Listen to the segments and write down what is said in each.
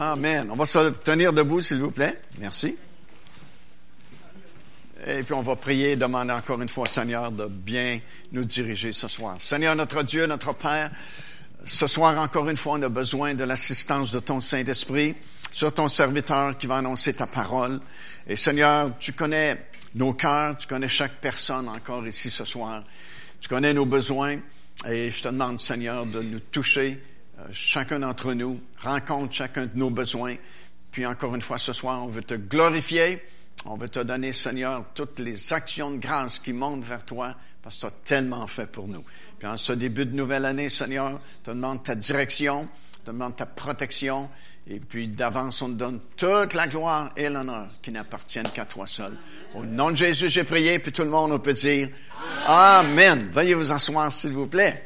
Amen. On va se tenir debout, s'il vous plaît. Merci. Et puis on va prier et demander encore une fois au Seigneur de bien nous diriger ce soir. Seigneur, notre Dieu, notre Père, ce soir encore une fois, on a besoin de l'assistance de ton Saint-Esprit sur ton serviteur qui va annoncer ta parole. Et Seigneur, tu connais nos cœurs, tu connais chaque personne encore ici ce soir. Tu connais nos besoins et je te demande, Seigneur, de nous toucher, chacun d'entre nous, rencontre chacun de nos besoins. Puis encore une fois ce soir, on veut te glorifier. On veut te donner, Seigneur, toutes les actions de grâce qui montent vers toi parce que tu as tellement fait pour nous. Puis en ce début de nouvelle année, Seigneur, te demande ta direction, te demande ta protection. Et puis d'avance, on te donne toute la gloire et l'honneur qui n'appartiennent qu'à toi seul. Au nom de Jésus, j'ai prié, puis tout le monde, on peut dire Amen. Veuillez vous asseoir, s'il vous plaît.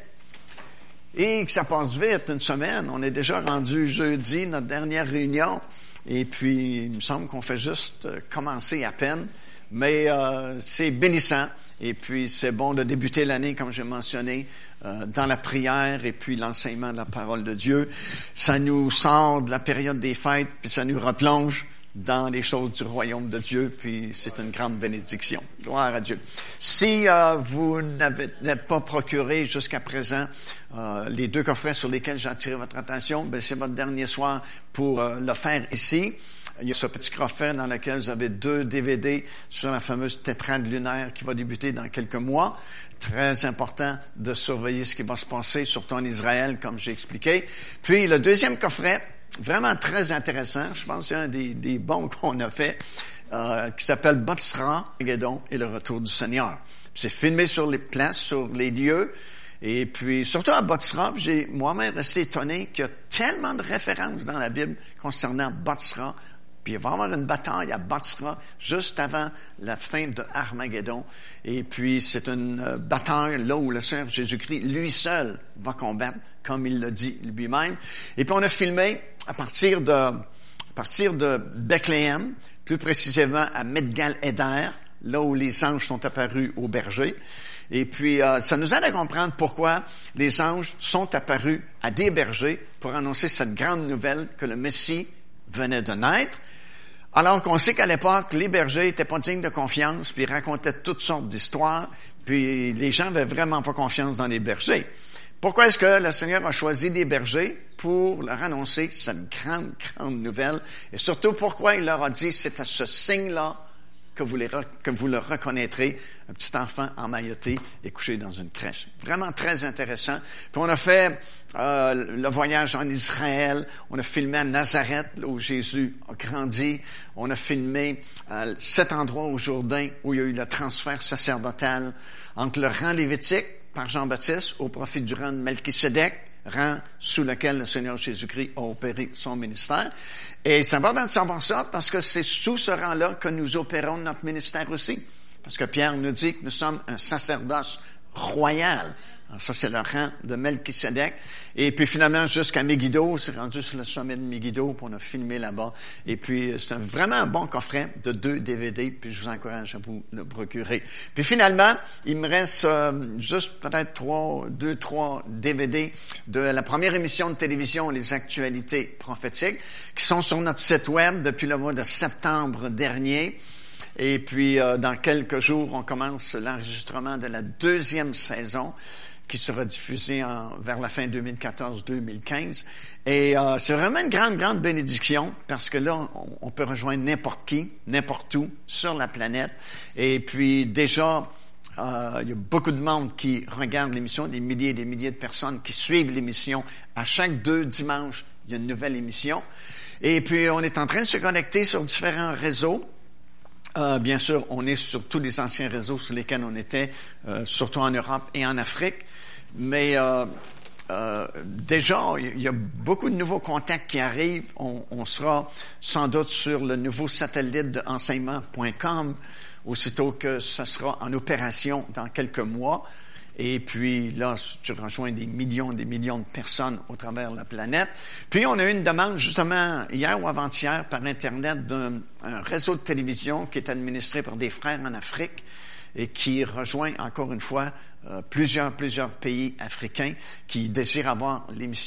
Et que ça passe vite, une semaine. On est déjà rendu jeudi, notre dernière réunion. Et puis, il me semble qu'on fait juste commencer à peine. Mais c'est bénissant. Et puis, c'est bon de débuter l'année, comme j'ai mentionné, dans la prière et puis l'enseignement de la parole de Dieu. Ça nous sort de la période des fêtes, puis ça nous replonge dans les choses du royaume de Dieu, puis c'est une grande bénédiction. Gloire à Dieu. Si vous n'êtes pas procuré jusqu'à présent les deux coffrets sur lesquels j'ai attiré votre attention, ben c'est votre dernier soir pour le faire ici. Il y a ce petit coffret dans lequel vous avez 2 DVD sur la fameuse tétrade lunaire qui va débuter dans quelques mois. Très important de surveiller ce qui va se passer, surtout en Israël, comme j'ai expliqué. Puis le deuxième coffret, vraiment très intéressant, je pense que c'est un des bons qu'on a fait, qui s'appelle Botsra, Armageddon et le retour du Seigneur. Puis c'est filmé sur les places, sur les lieux. Et puis, surtout à Botsra, j'ai moi-même resté étonné qu'il y a tellement de références dans la Bible concernant Botsra. Puis il va y avoir une bataille à Botsra juste avant la fin de Armageddon. Et puis c'est une bataille là où le Seigneur Jésus-Christ, lui seul, va combattre, comme il l'a dit lui-même. Et puis on a filmé à partir de Bethléem, plus précisément à Migdal-Eder, là où les anges sont apparus aux bergers. Et puis, ça nous aide à comprendre pourquoi les anges sont apparus à des bergers pour annoncer cette grande nouvelle que le Messie venait de naître. Alors qu'on sait qu'à l'époque, les bergers étaient pas dignes de confiance, puis ils racontaient toutes sortes d'histoires, puis les gens avaient vraiment pas confiance dans les bergers. Pourquoi est-ce que le Seigneur a choisi des bergers pour leur annoncer cette grande, grande nouvelle? Et surtout, pourquoi il leur a dit, c'est à ce signe-là que vous le reconnaîtrez, un petit enfant emmailloté et couché dans une crèche. Vraiment très intéressant. Puis on a fait le voyage en Israël, on a filmé à Nazareth, là où Jésus a grandi, on a filmé cet endroit au Jourdain où il y a eu le transfert sacerdotal entre le rang lévitique par Jean-Baptiste au profit du rang de Melchisédek, rang sous lequel le Seigneur Jésus-Christ a opéré son ministère. Et c'est important de savoir ça parce que c'est sous ce rang-là que nous opérons notre ministère aussi. Parce que Pierre nous dit que nous sommes un sacerdoce royal. Alors ça, c'est le rang de Melchisédek. Et puis finalement, jusqu'à Megiddo, c'est rendu sur le sommet de Megiddo, puis on a filmé là-bas. Et puis, c'est vraiment un bon coffret de 2 DVD, puis je vous encourage à vous le procurer. Puis finalement, il me reste juste peut-être 3 DVD de la première émission de télévision, Les Actualités prophétiques, qui sont sur notre site web depuis le mois de septembre dernier. Et puis, dans quelques jours, on commence l'enregistrement de la 2e saison, qui sera diffusée vers la fin 2014-2015. Et c'est vraiment une grande, grande bénédiction parce que là, on peut rejoindre n'importe qui, n'importe où, sur la planète. Et puis déjà, il y a beaucoup de monde qui regarde l'émission, des milliers et des milliers de personnes qui suivent l'émission. À chaque 2 dimanches, il y a une nouvelle émission. Et puis, on est en train de se connecter sur différents réseaux. Bien sûr, on est sur tous les anciens réseaux sur lesquels on était, surtout en Europe et en Afrique. Mais déjà, il y a beaucoup de nouveaux contacts qui arrivent. On sera sans doute sur le nouveau satellite de enseignement.com aussitôt que ça sera en opération dans quelques mois. Et puis là, tu rejoins des millions de personnes au travers de la planète. Puis on a eu une demande justement hier ou avant-hier par Internet d'un réseau de télévision qui est administré par des frères en Afrique et qui rejoint encore une fois plusieurs pays africains qui désirent avoir l'émission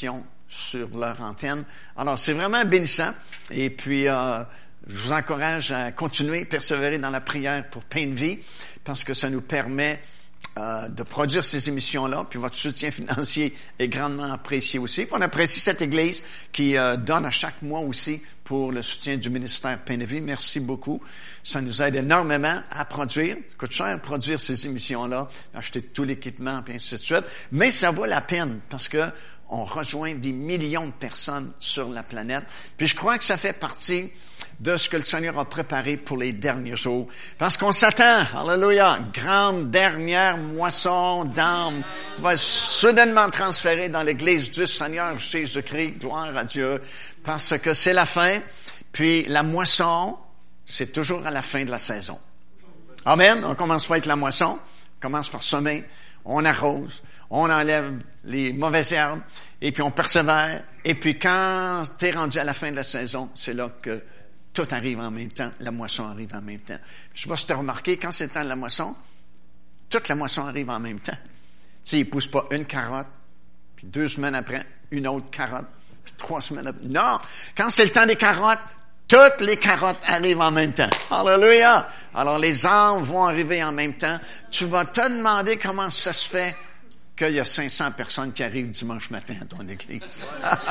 sur leur antenne. Alors, c'est vraiment bénissant. Et puis, je vous encourage à continuer, persévérer dans la prière pour Pain de Vie, parce que ça nous permet de produire ces émissions-là, puis votre soutien financier est grandement apprécié aussi. Puis on apprécie cette Église qui donne à chaque mois aussi pour le soutien du ministère Pain de Vie. Merci beaucoup. Ça nous aide énormément à produire. Ça coûte cher produire ces émissions-là, acheter tout l'équipement, puis ainsi de suite. Mais ça vaut la peine parce que on rejoint des millions de personnes sur la planète. Puis je crois que ça fait partie de ce que le Seigneur a préparé pour les derniers jours. Parce qu'on s'attend, alléluia, grande dernière moisson d'âmes va soudainement transférer dans l'Église du Seigneur Jésus-Christ. Gloire à Dieu. Parce que c'est la fin. Puis la moisson, c'est toujours à la fin de la saison. Amen. On commence pas avec la moisson. On commence par semer. On arrose. On enlève les mauvaises herbes. Et puis on persévère. Et puis quand t'es rendu à la fin de la saison, c'est là que tout arrive en même temps. La moisson arrive en même temps. Je sais pas si tu as remarqué, quand c'est le temps de la moisson, toute la moisson arrive en même temps. Tu sais, il pousse pas une carotte, puis 2 semaines après, une autre carotte, puis 3 semaines après. Non! Quand c'est le temps des carottes, toutes les carottes arrivent en même temps. Alléluia! Alors, les arbres vont arriver en même temps. Tu vas te demander comment ça se fait qu'il y a 500 personnes qui arrivent dimanche matin à ton église.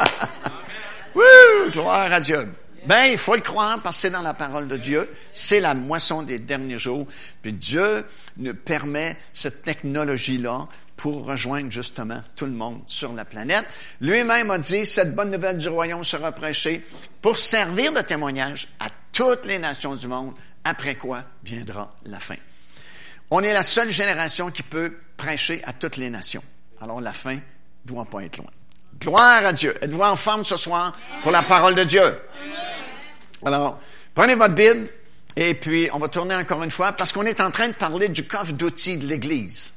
Wouh! Gloire à Dieu! Ben, il faut le croire parce que c'est dans la parole de Dieu. C'est la moisson des derniers jours. Puis Dieu nous permet cette technologie-là pour rejoindre justement tout le monde sur la planète. Lui-même a dit, cette bonne nouvelle du royaume sera prêchée pour servir de témoignage à toutes les nations du monde, après quoi viendra la fin. On est la seule génération qui peut prêcher à toutes les nations. Alors la fin ne doit pas être loin. Gloire à Dieu. Êtes-vous en forme ce soir pour la parole de Dieu? Alors, prenez votre Bible et puis on va tourner encore une fois parce qu'on est en train de parler du coffre d'outils de l'Église.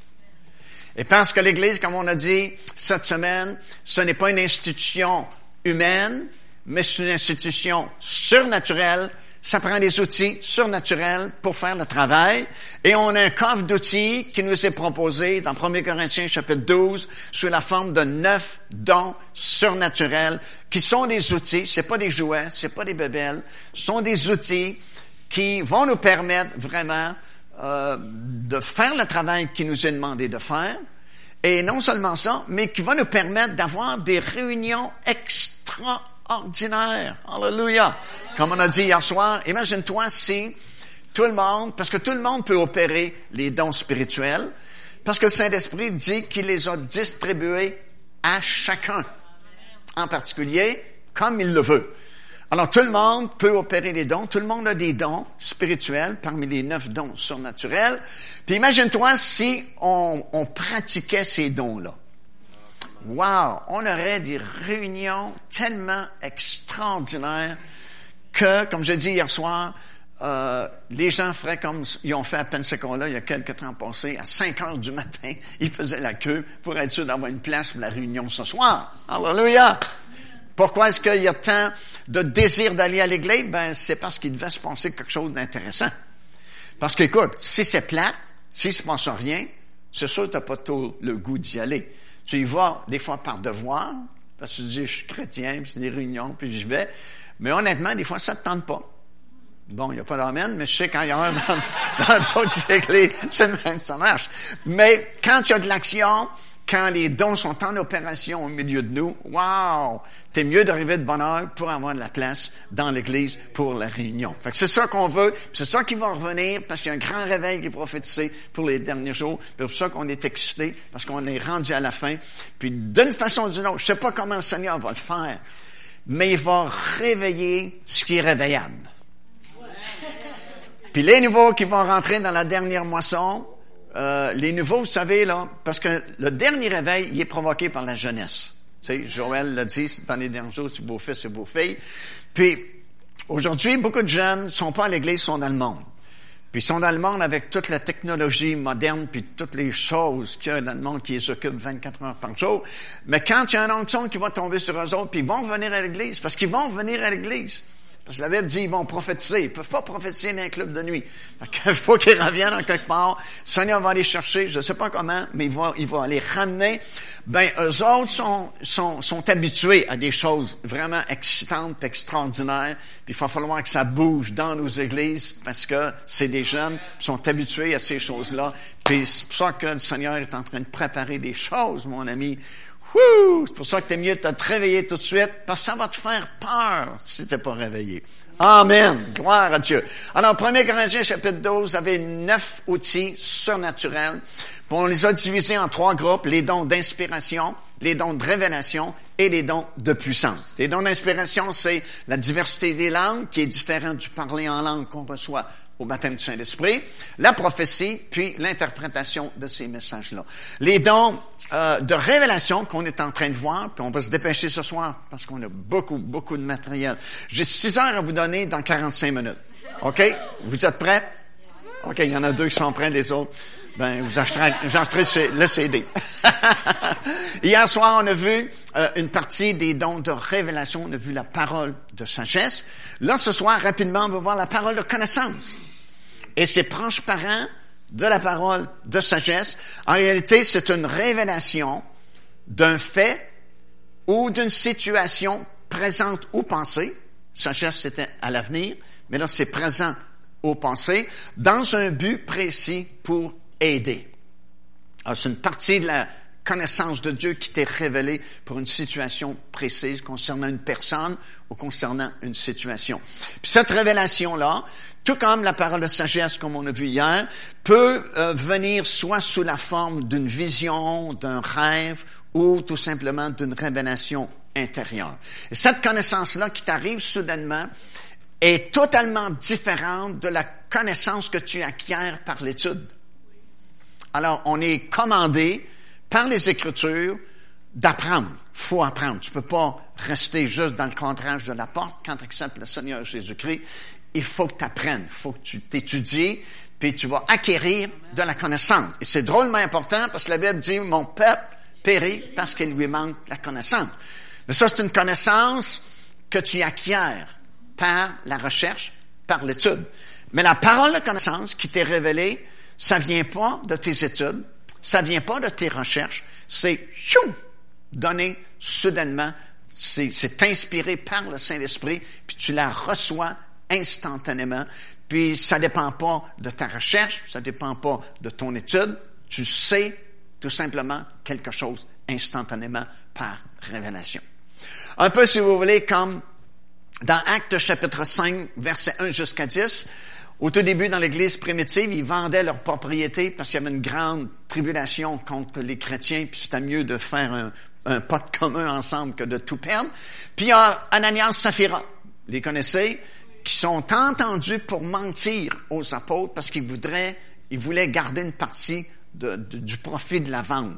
Et parce que l'Église, comme on a dit cette semaine, ce n'est pas une institution humaine, mais c'est une institution surnaturelle. Ça prend des outils surnaturels pour faire le travail. Et on a un coffre d'outils qui nous est proposé dans 1 Corinthiens chapitre 12 sous la forme de 9 dons surnaturels qui sont des outils, c'est pas des jouets, c'est pas des bébelles, ce sont des outils qui vont nous permettre vraiment de faire le travail qui nous est demandé de faire. Et non seulement ça, mais qui va nous permettre d'avoir des réunions extraordinaires. Alléluia! Comme on a dit hier soir, imagine-toi si tout le monde, parce que tout le monde peut opérer les dons spirituels, parce que le Saint-Esprit dit qu'il les a distribués à chacun, en particulier comme il le veut. Alors tout le monde peut opérer les dons, tout le monde a des dons spirituels parmi les 9 dons surnaturels. Puis imagine-toi si on pratiquait ces dons-là. Wow! On aurait des réunions tellement extraordinaires que, comme je dis hier soir, les gens feraient comme ils ont fait à Pensacola il y a quelques temps passés, à 5 heures du matin, ils faisaient la queue pour être sûr d'avoir une place pour la réunion ce soir. Alléluia! Pourquoi est-ce qu'il y a tant de désir d'aller à l'église? Ben, c'est parce qu'il devait se passer quelque chose d'intéressant. Parce qu'écoute, si c'est plate, s'il se passe rien, c'est sûr que t'as pas tout le goût d'y aller. Tu y vas des fois par devoir, parce que tu dis, je suis chrétien, puis c'est des réunions, puis j'y vais. Mais honnêtement, des fois, ça te tente pas. Bon, il n'y a pas d'amène, mais je sais quand il y en a dans d'autres églises, c'est le même, ça marche. Mais quand il y a de l'action, quand les dons sont en opération au milieu de nous, wow! T'es mieux d'arriver de bonne heure pour avoir de la place dans l'église pour la réunion. Fait que c'est ça qu'on veut, c'est ça qui va revenir, parce qu'il y a un grand réveil qui est prophétisé pour les derniers jours. C'est pour ça qu'on est excité, parce qu'on est rendu à la fin. Puis d'une façon ou d'une autre, je sais pas comment le Seigneur va le faire, mais il va réveiller ce qui est réveillable. Puis les nouveaux qui vont rentrer dans la dernière moisson, les nouveaux, vous savez, là, parce que le dernier réveil, il est provoqué par la jeunesse. Tu sais, Joël l'a dit, dans les derniers jours, c'est vos fils et vos filles. Puis, aujourd'hui, beaucoup de jeunes sont pas à l'église, sont dans le monde. Puis, ils sont dans le monde avec toute la technologie moderne, puis toutes les choses qu'il y a dans le monde qui les occupent 24 heures par jour. Mais quand il y a un onction qui va tomber sur eux autres, puis ils vont venir à l'église, parce qu'ils vont venir à l'église. Parce que la Bible dit ils vont prophétiser. Ils peuvent pas prophétiser dans un club de nuit. Il faut qu'ils reviennent en quelque part. Le Seigneur va les chercher, je ne sais pas comment, mais il va les ramener. Ben, eux autres sont habitués à des choses vraiment excitantes et extraordinaires. Puis il va falloir que ça bouge dans nos églises parce que c'est des jeunes qui sont habitués à ces choses-là. Puis c'est pour ça que le Seigneur est en train de préparer des choses, mon ami. Wouh! C'est pour ça que t'es mieux de te réveiller tout de suite, parce que ça va te faire peur si t'es pas réveillé. Amen! Gloire à Dieu. Alors, 1 Corinthiens chapitre 12, vous avez 9 outils surnaturels. Puis on les a divisés en 3 groupes, les dons d'inspiration, les dons de révélation et les dons de puissance. Les dons d'inspiration, c'est la diversité des langues, qui est différente du parler en langue qu'on reçoit au baptême du Saint-Esprit, la prophétie, puis l'interprétation de ces messages-là. Les dons de révélation qu'on est en train de voir, puis on va se dépêcher ce soir parce qu'on a beaucoup de matériel. J'ai 6 heures à vous donner dans 45 minutes. OK? Vous êtes prêts? OK, il y en a 2 qui sont prêts, les autres. Ben, vous acheterez le CD. Hier soir, on a vu une partie des dons de révélation. On a vu la parole de sagesse. Là, ce soir, rapidement, on va voir la parole de connaissance. Et c'est proche parent de la parole de sagesse. En réalité, c'est une révélation d'un fait ou d'une situation présente ou passée. Sagesse, c'était à l'avenir, mais là, c'est présent au passé, dans un but précis pour aider. Alors, c'est une partie de la connaissance de Dieu qui t'est révélée pour une situation précise concernant une personne ou concernant une situation. Puis cette révélation-là, tout comme la parole de sagesse, comme on a vu hier, peut venir soit sous la forme d'une vision, d'un rêve, ou tout simplement d'une révélation intérieure. Et cette connaissance-là qui t'arrive soudainement est totalement différente de la connaissance que tu acquiers par l'étude. Alors, on est commandé par les Écritures d'apprendre. Faut apprendre. Tu peux pas rester juste dans le cadrage de la porte quand tu acceptes le Seigneur Jésus-Christ. Il faut que tu apprennes. Il faut que tu t'étudies, puis tu vas acquérir de la connaissance. Et c'est drôlement important parce que la Bible dit « Mon peuple périt parce qu'il lui manque la connaissance ». Mais ça, c'est une connaissance que tu acquiers par la recherche, par l'étude. Mais la parole de connaissance qui t'est révélée, ça vient pas de tes études, ça vient pas de tes recherches, c'est donné soudainement, c'est inspiré par le Saint-Esprit, puis tu la reçois instantanément, puis ça dépend pas de ta recherche, ça dépend pas de ton étude, tu sais tout simplement quelque chose instantanément par révélation. Un peu, si vous voulez, comme dans Actes chapitre 5, versets 1 jusqu'à 10, au tout début, dans l'Église primitive, ils vendaient leurs propriétés parce qu'il y avait une grande tribulation contre les chrétiens, puis c'était mieux de faire un pacte commun ensemble que de tout perdre. Puis il y a Ananias et Saphira, les connaissez, qui sont entendus pour mentir aux apôtres parce qu'ils voulaient garder une partie du profit de la vente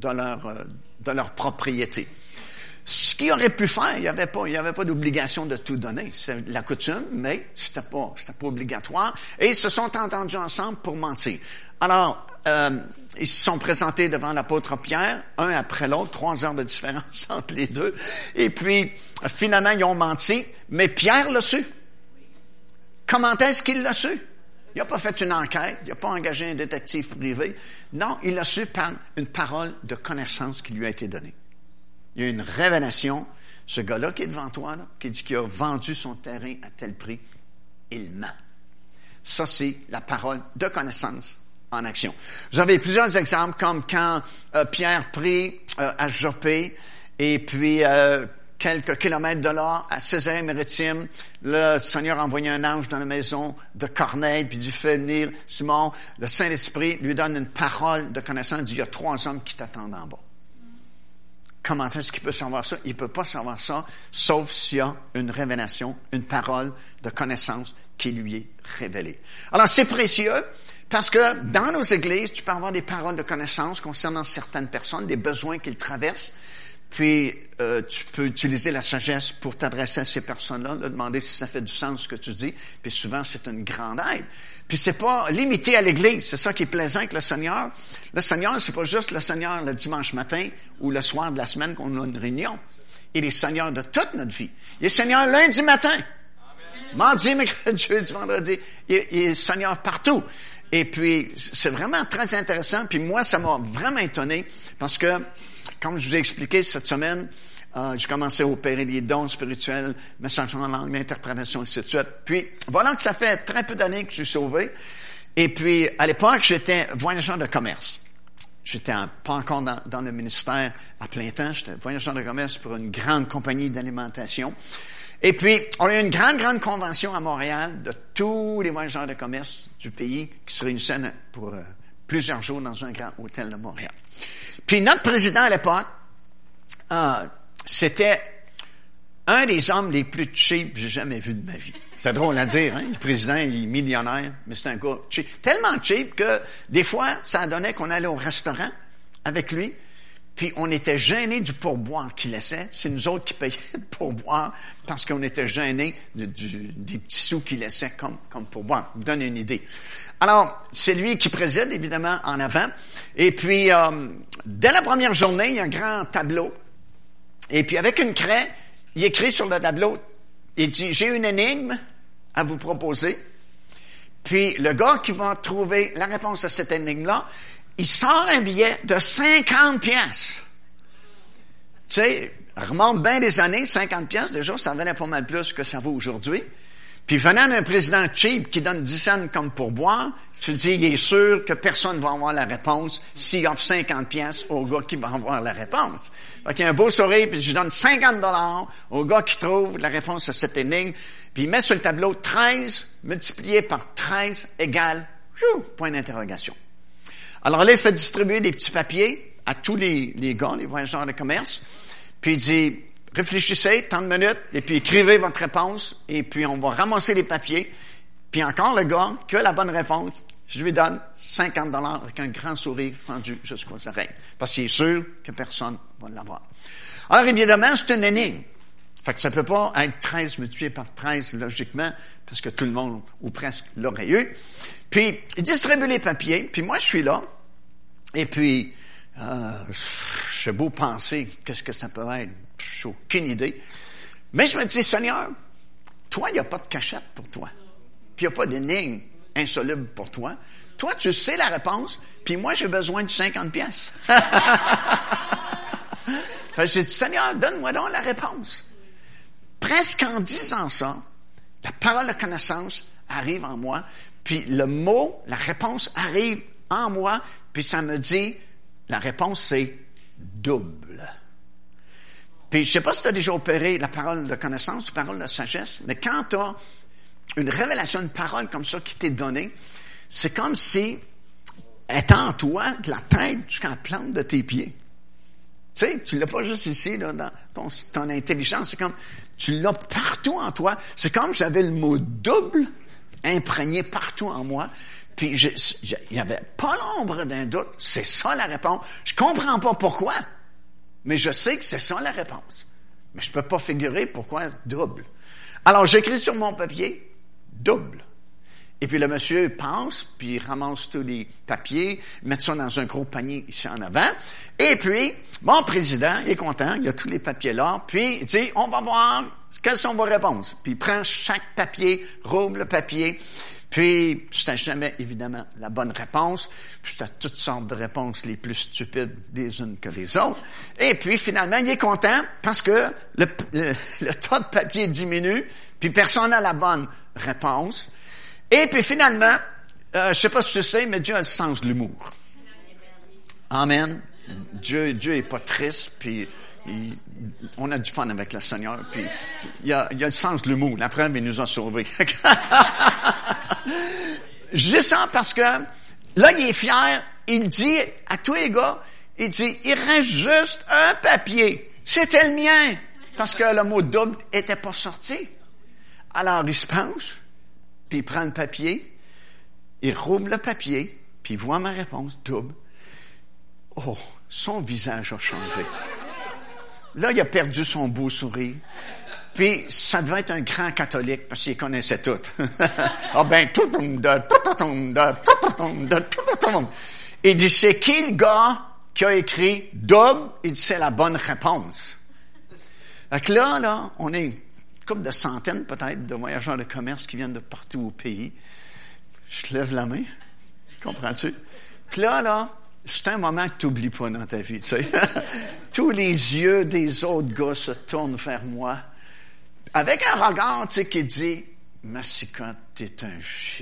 de leur propriété. Ce qu'ils auraient pu faire, il n'y avait pas d'obligation de tout donner. C'est la coutume, mais c'était pas obligatoire. Et ils se sont entendus ensemble pour mentir. Alors, ils se sont présentés devant l'apôtre Pierre, un après l'autre, 3 heures de différence entre les deux. Et puis, finalement, ils ont menti, mais Pierre l'a su. Comment est-ce qu'il l'a su? Il n'a pas fait une enquête, il n'a pas engagé un détective privé. Non, il l'a su par une parole de connaissance qui lui a été donnée. Il y a une révélation. Ce gars-là qui est devant toi, là, qui dit qu'il a vendu son terrain à tel prix, il ment. Ça, c'est la parole de connaissance en action. Vous avez plusieurs exemples, comme quand Pierre prie à Joppé, et puis quelques kilomètres de là, à Césarée-Maritime, le Seigneur a envoyé un ange dans la maison de Corneille, puis il dit, fais venir Simon. Le Saint-Esprit lui donne une parole de connaissance, il dit, il y a 3 hommes qui t'attendent en bas. Comment est-ce qu'il peut savoir ça? Il ne peut pas savoir ça, sauf s'il y a une révélation, une parole de connaissance qui lui est révélée. Alors, c'est précieux parce que dans nos églises, tu peux avoir des paroles de connaissance concernant certaines personnes, des besoins qu'ils traversent, puis tu peux utiliser la sagesse pour t'adresser à ces personnes-là, leur demander si ça fait du sens ce que tu dis, puis souvent, c'est une grande aide. Puis c'est pas limité à l'Église, c'est ça qui est plaisant avec le Seigneur. Le Seigneur, c'est pas juste le Seigneur le dimanche matin ou le soir de la semaine qu'on a une réunion. Il est Seigneur de toute notre vie. Il est Seigneur lundi matin. Amen. Mardi, mercredi, jeudi, vendredi. Il est Seigneur partout. Et puis, c'est vraiment très intéressant. Puis moi, ça m'a vraiment étonné parce que, comme je vous ai expliqué cette semaine, j'ai commencé à opérer les dons spirituels, message en langue, l'interprétation, ainsi de suite. Puis, voilà que ça fait très peu d'années que je suis sauvé. Et puis, à l'époque, j'étais voyageur de commerce. J'étais pas encore dans le ministère à plein temps. J'étais voyageur de commerce pour une grande compagnie d'alimentation. Et puis, on a eu une grande convention à Montréal de tous les voyageurs de commerce du pays qui se réunissaient pour plusieurs jours dans un grand hôtel de Montréal. Puis, notre président à l'époque, c'était un des hommes les plus cheap que j'ai jamais vu de ma vie. C'est drôle à dire, hein? Le président, il est millionnaire, mais c'est un gars cheap. Tellement cheap que, des fois, ça donnait qu'on allait au restaurant avec lui, puis on était gênés du pourboire qu'il laissait. C'est nous autres qui payions le pourboire parce qu'on était gênés des petits sous qu'il laissait comme pourboire. Je vous donne une idée. Alors, c'est lui qui préside, évidemment, en avant. Et puis, dès la première journée, il y a un grand tableau. Et puis, avec une craie, il écrit sur le tableau, il dit, j'ai une énigme à vous proposer. Puis, le gars qui va trouver la réponse à cette énigme-là, il sort un billet de 50 piastres. Tu sais, remonte bien des années, 50 piastres, déjà, ça valait pas mal plus que ça vaut aujourd'hui. Puis, venant d'un président cheap qui donne 10 cents comme pourboire, tu te dis, il est sûr que personne ne va avoir la réponse s'il offre 50 piastres au gars qui va avoir la réponse. Fait qu'il y a un beau sourire, puis je donne 50 $ au gars qui trouve la réponse à cette énigme, puis il met sur le tableau 13 multiplié par 13 égale, point d'interrogation. Alors là, il fait distribuer des petits papiers à tous les gars, les voyageurs de commerce, puis il dit, réfléchissez, tant de minutes, et puis écrivez votre réponse, et puis on va ramasser les papiers, puis encore le gars qui a la bonne réponse, je lui donne 50 $ avec un grand sourire fendu jusqu'aux oreilles, parce qu'il est sûr que personne va l'avoir. Alors évidemment, c'est une énigme. Fait que ça peut pas être 13 multiplié par 13 logiquement, parce que tout le monde, ou presque, l'aurait eu. Puis, il distribue les papiers, puis moi, je suis là, et puis, j'ai beau penser, qu'est-ce que ça peut être? J'ai aucune idée. Mais je me dis, Seigneur, toi, il n'y a pas de cachette pour toi. Puis, il n'y a pas d'énigme insoluble pour toi. Toi, tu sais la réponse, puis moi, j'ai besoin de 50 pièces. Fait que j'ai dit, Seigneur, donne-moi donc la réponse. Presque en disant ça, la parole de connaissance arrive en moi, puis le mot, la réponse arrive en moi, puis ça me dit, la réponse c'est double. Puis je sais pas si tu as déjà opéré la parole de connaissance, la parole de sagesse, mais quand tu as une révélation, une parole comme ça qui t'est donnée, c'est comme si, étant en toi, de la tête jusqu'à la plante de tes pieds. Tu sais, tu l'as pas juste ici, là, dans ton intelligence, c'est comme, tu l'as partout en toi. C'est comme j'avais le mot double imprégné partout en moi. Puis, il n'y avait pas l'ombre d'un doute. C'est ça la réponse. Je comprends pas pourquoi, mais je sais que c'est ça la réponse. Mais je peux pas figurer pourquoi double. Alors, j'écris sur mon papier, double. Et puis, le monsieur pense, puis il ramasse tous les papiers, met ça dans un gros panier ici en avant. Et puis, mon président, il est content, il a tous les papiers là, puis il dit, on va voir quelles sont vos réponses. Puis il prend chaque papier, roule le papier, puis c'était jamais, évidemment, la bonne réponse. Puis c'était toutes sortes de réponses les plus stupides les unes que les autres. Et puis, finalement, il est content parce que le tas de papier diminue, puis personne n'a la bonne réponse. Et puis, finalement, je sais pas si tu sais, mais Dieu a le sens de l'humour. Amen. Dieu est pas triste, puis on a du fun avec le Seigneur, puis il a le sens de l'humour. La preuve, il nous a sauvés. Je dis ça parce que là, il est fier. Il dit à tous les gars, il dit, il reste juste un papier. C'était le mien, parce que le mot double était pas sorti. Alors, il se penche, puis il prend le papier, il roule le papier, puis il voit ma réponse, double. Oh, son visage a changé. Là, il a perdu son beau sourire. Puis, ça devait être un grand catholique, parce qu'il connaissait tout. Ah ben, il dit, c'est qui le gars qui a écrit double? Il dit, c'est la bonne réponse. Fait que là, on est couple de centaines peut-être de voyageurs de commerce qui viennent de partout au pays. Je te lève la main. Comprends-tu? Puis là, c'est un moment que tu n'oublies pas dans ta vie, tu sais. Tous les yeux des autres gars se tournent vers moi avec un regard, tu sais, qui dit « Massicotte, t'es un génie. »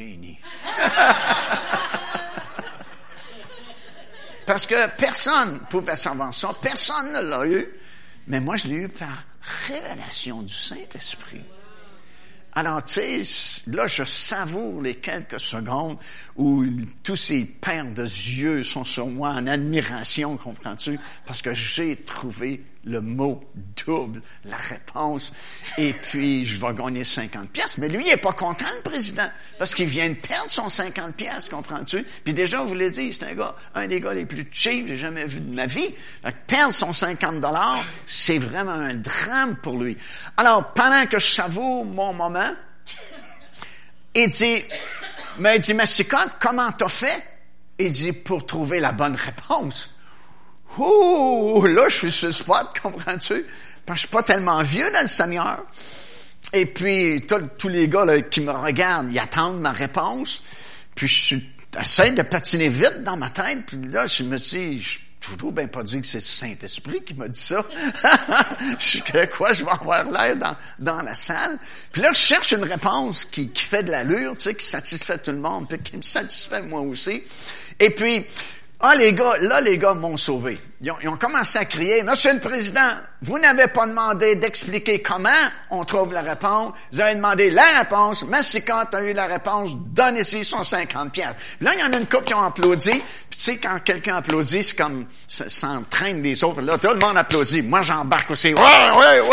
Parce que personne ne pouvait savoir ça, personne ne l'a eu, mais moi je l'ai eu par révélation du Saint-Esprit. Alors, tu sais, là, je savoure les quelques secondes où tous ces paires de yeux sont sur moi en admiration, comprends-tu? Parce que j'ai trouvé le mot double, la réponse. Et puis, je vais gagner 50 pièces. Mais lui, il est pas content, le président, parce qu'il vient de perdre son 50 pièces, comprends-tu? Puis déjà, je vous l'ai dit, c'est un des gars les plus cheap que j'ai jamais vu de ma vie. Fait que perdre son 50 $, c'est vraiment un drame pour lui. Alors, pendant que je savoure mon moment, il dit, Massicotte, comment t'as fait? Il dit, pour trouver la bonne réponse. Ouh, là, je suis sur le spot, comprends-tu? Parce que je suis pas tellement vieux dans le Seigneur. Et puis, tous les gars là, qui me regardent, ils attendent ma réponse. Puis, j'essaie de patiner vite dans ma tête. Puis là, je me dis, je toujours bien pas dit que c'est le Saint-Esprit qui m'a dit ça. Je vais avoir l'air dans la salle. Puis là, je cherche une réponse qui fait de l'allure, tu sais, qui satisfait tout le monde, puis qui me satisfait moi aussi. Et puis, les gars m'ont sauvé. Ils ont commencé à crier, « Monsieur le Président, vous n'avez pas demandé d'expliquer comment on trouve la réponse. Vous avez demandé la réponse. Massicotte a eu la réponse. Donnez-y son 50 pièces. » Puis là, il y en a une couple qui ont applaudi. Puis tu sais, quand quelqu'un applaudit, c'est comme, ça entraîne les autres. Là, tout le monde applaudit. Moi, j'embarque aussi. Ouais.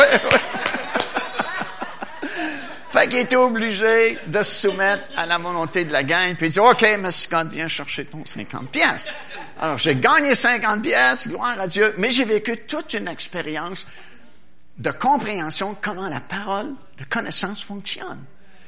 Fait qu'il était obligé de se soumettre à la volonté de la gang. Puis il dit, « OK, Massicotte, viens chercher ton 50 pièces. » Alors, j'ai gagné 50 pièces, gloire à Dieu, mais j'ai vécu toute une expérience de compréhension de comment la parole de connaissance fonctionne.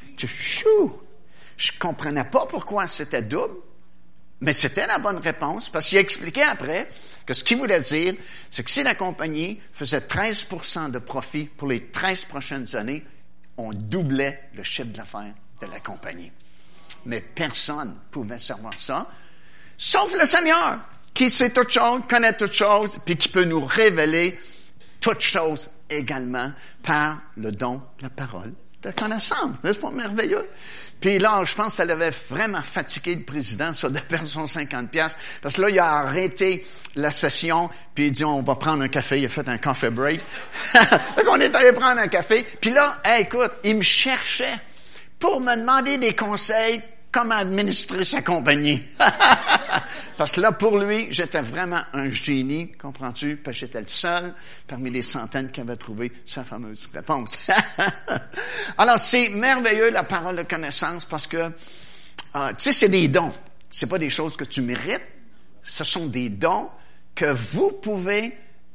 Je comprenais pas pourquoi c'était double, mais c'était la bonne réponse, parce qu'il a expliqué après que ce qu'il voulait dire, c'est que si la compagnie faisait 13% de profit pour les 13 prochaines années, on doublait le chiffre d'affaires de la compagnie. Mais personne ne pouvait savoir ça, sauf le Seigneur, qui sait toutes choses, connaît toutes choses, puis qui peut nous révéler toutes choses également par le don de la parole de connaissance. N'est-ce pas merveilleux? Puis là, je pense que ça l'avait vraiment fatigué le président, ça, de perdre son 50 pièces, parce que là, il a arrêté la session, puis il dit, on va prendre un café. Il a fait un coffee break. Fait qu'on est allé prendre un café. Puis là, écoute, il me cherchait pour me demander des conseils comment administrer sa compagnie. Parce que là, pour lui, j'étais vraiment un génie, comprends-tu? Parce que j'étais le seul parmi les centaines qui avaient trouvé sa fameuse réponse. Alors, c'est merveilleux, la parole de connaissance, parce que, tu sais, c'est des dons. C'est pas des choses que tu mérites. Ce sont des dons que vous pouvez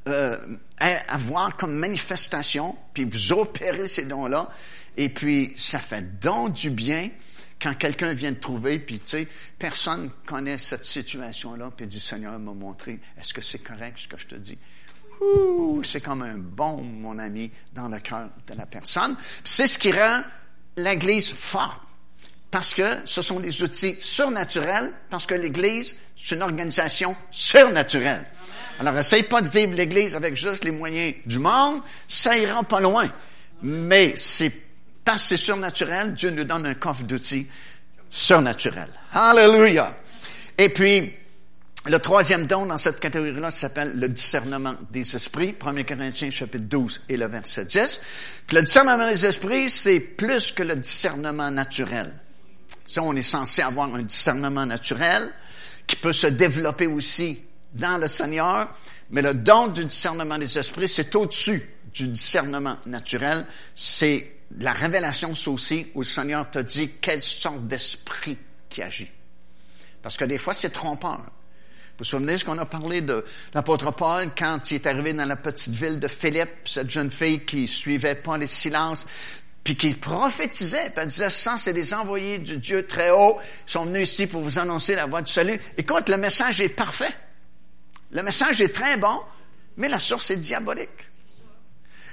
avoir comme manifestation, puis vous opérez ces dons-là, et puis ça fait don du bien. Quand quelqu'un vient de trouver, puis tu sais, personne connaît cette situation-là, puis dit, Seigneur m'a montré, est-ce que c'est correct ce que je te dis? C'est comme un baume, mon ami, dans le cœur de la personne. Puis c'est ce qui rend l'Église forte, parce que ce sont des outils surnaturels, parce que l'Église, c'est une organisation surnaturelle. Alors, essaye pas de vivre l'Église avec juste les moyens du monde, ça ira pas loin. Mais parce que c'est surnaturel, Dieu nous donne un coffre d'outils surnaturel. Hallelujah! Et puis, le troisième don dans cette catégorie-là s'appelle le discernement des esprits. 1 Corinthiens chapitre 12 et le verset 10. Puis le discernement des esprits, c'est plus que le discernement naturel. Ça, on est censé avoir un discernement naturel qui peut se développer aussi dans le Seigneur, mais le don du discernement des esprits, c'est au-dessus du discernement naturel. C'est la révélation, c'est aussi où le Seigneur te dit quelle sorte d'esprit qui agit. Parce que des fois, c'est trompeur. Vous vous souvenez ce qu'on a parlé de l'apôtre Paul quand il est arrivé dans la petite ville de Philippe, cette jeune fille qui suivait pas les silences, puis qui prophétisait, puis elle disait, ça, c'est des envoyés du Dieu très haut, ils sont venus ici pour vous annoncer la voie du salut. Écoute, le message est parfait. Le message est très bon, mais la source est diabolique.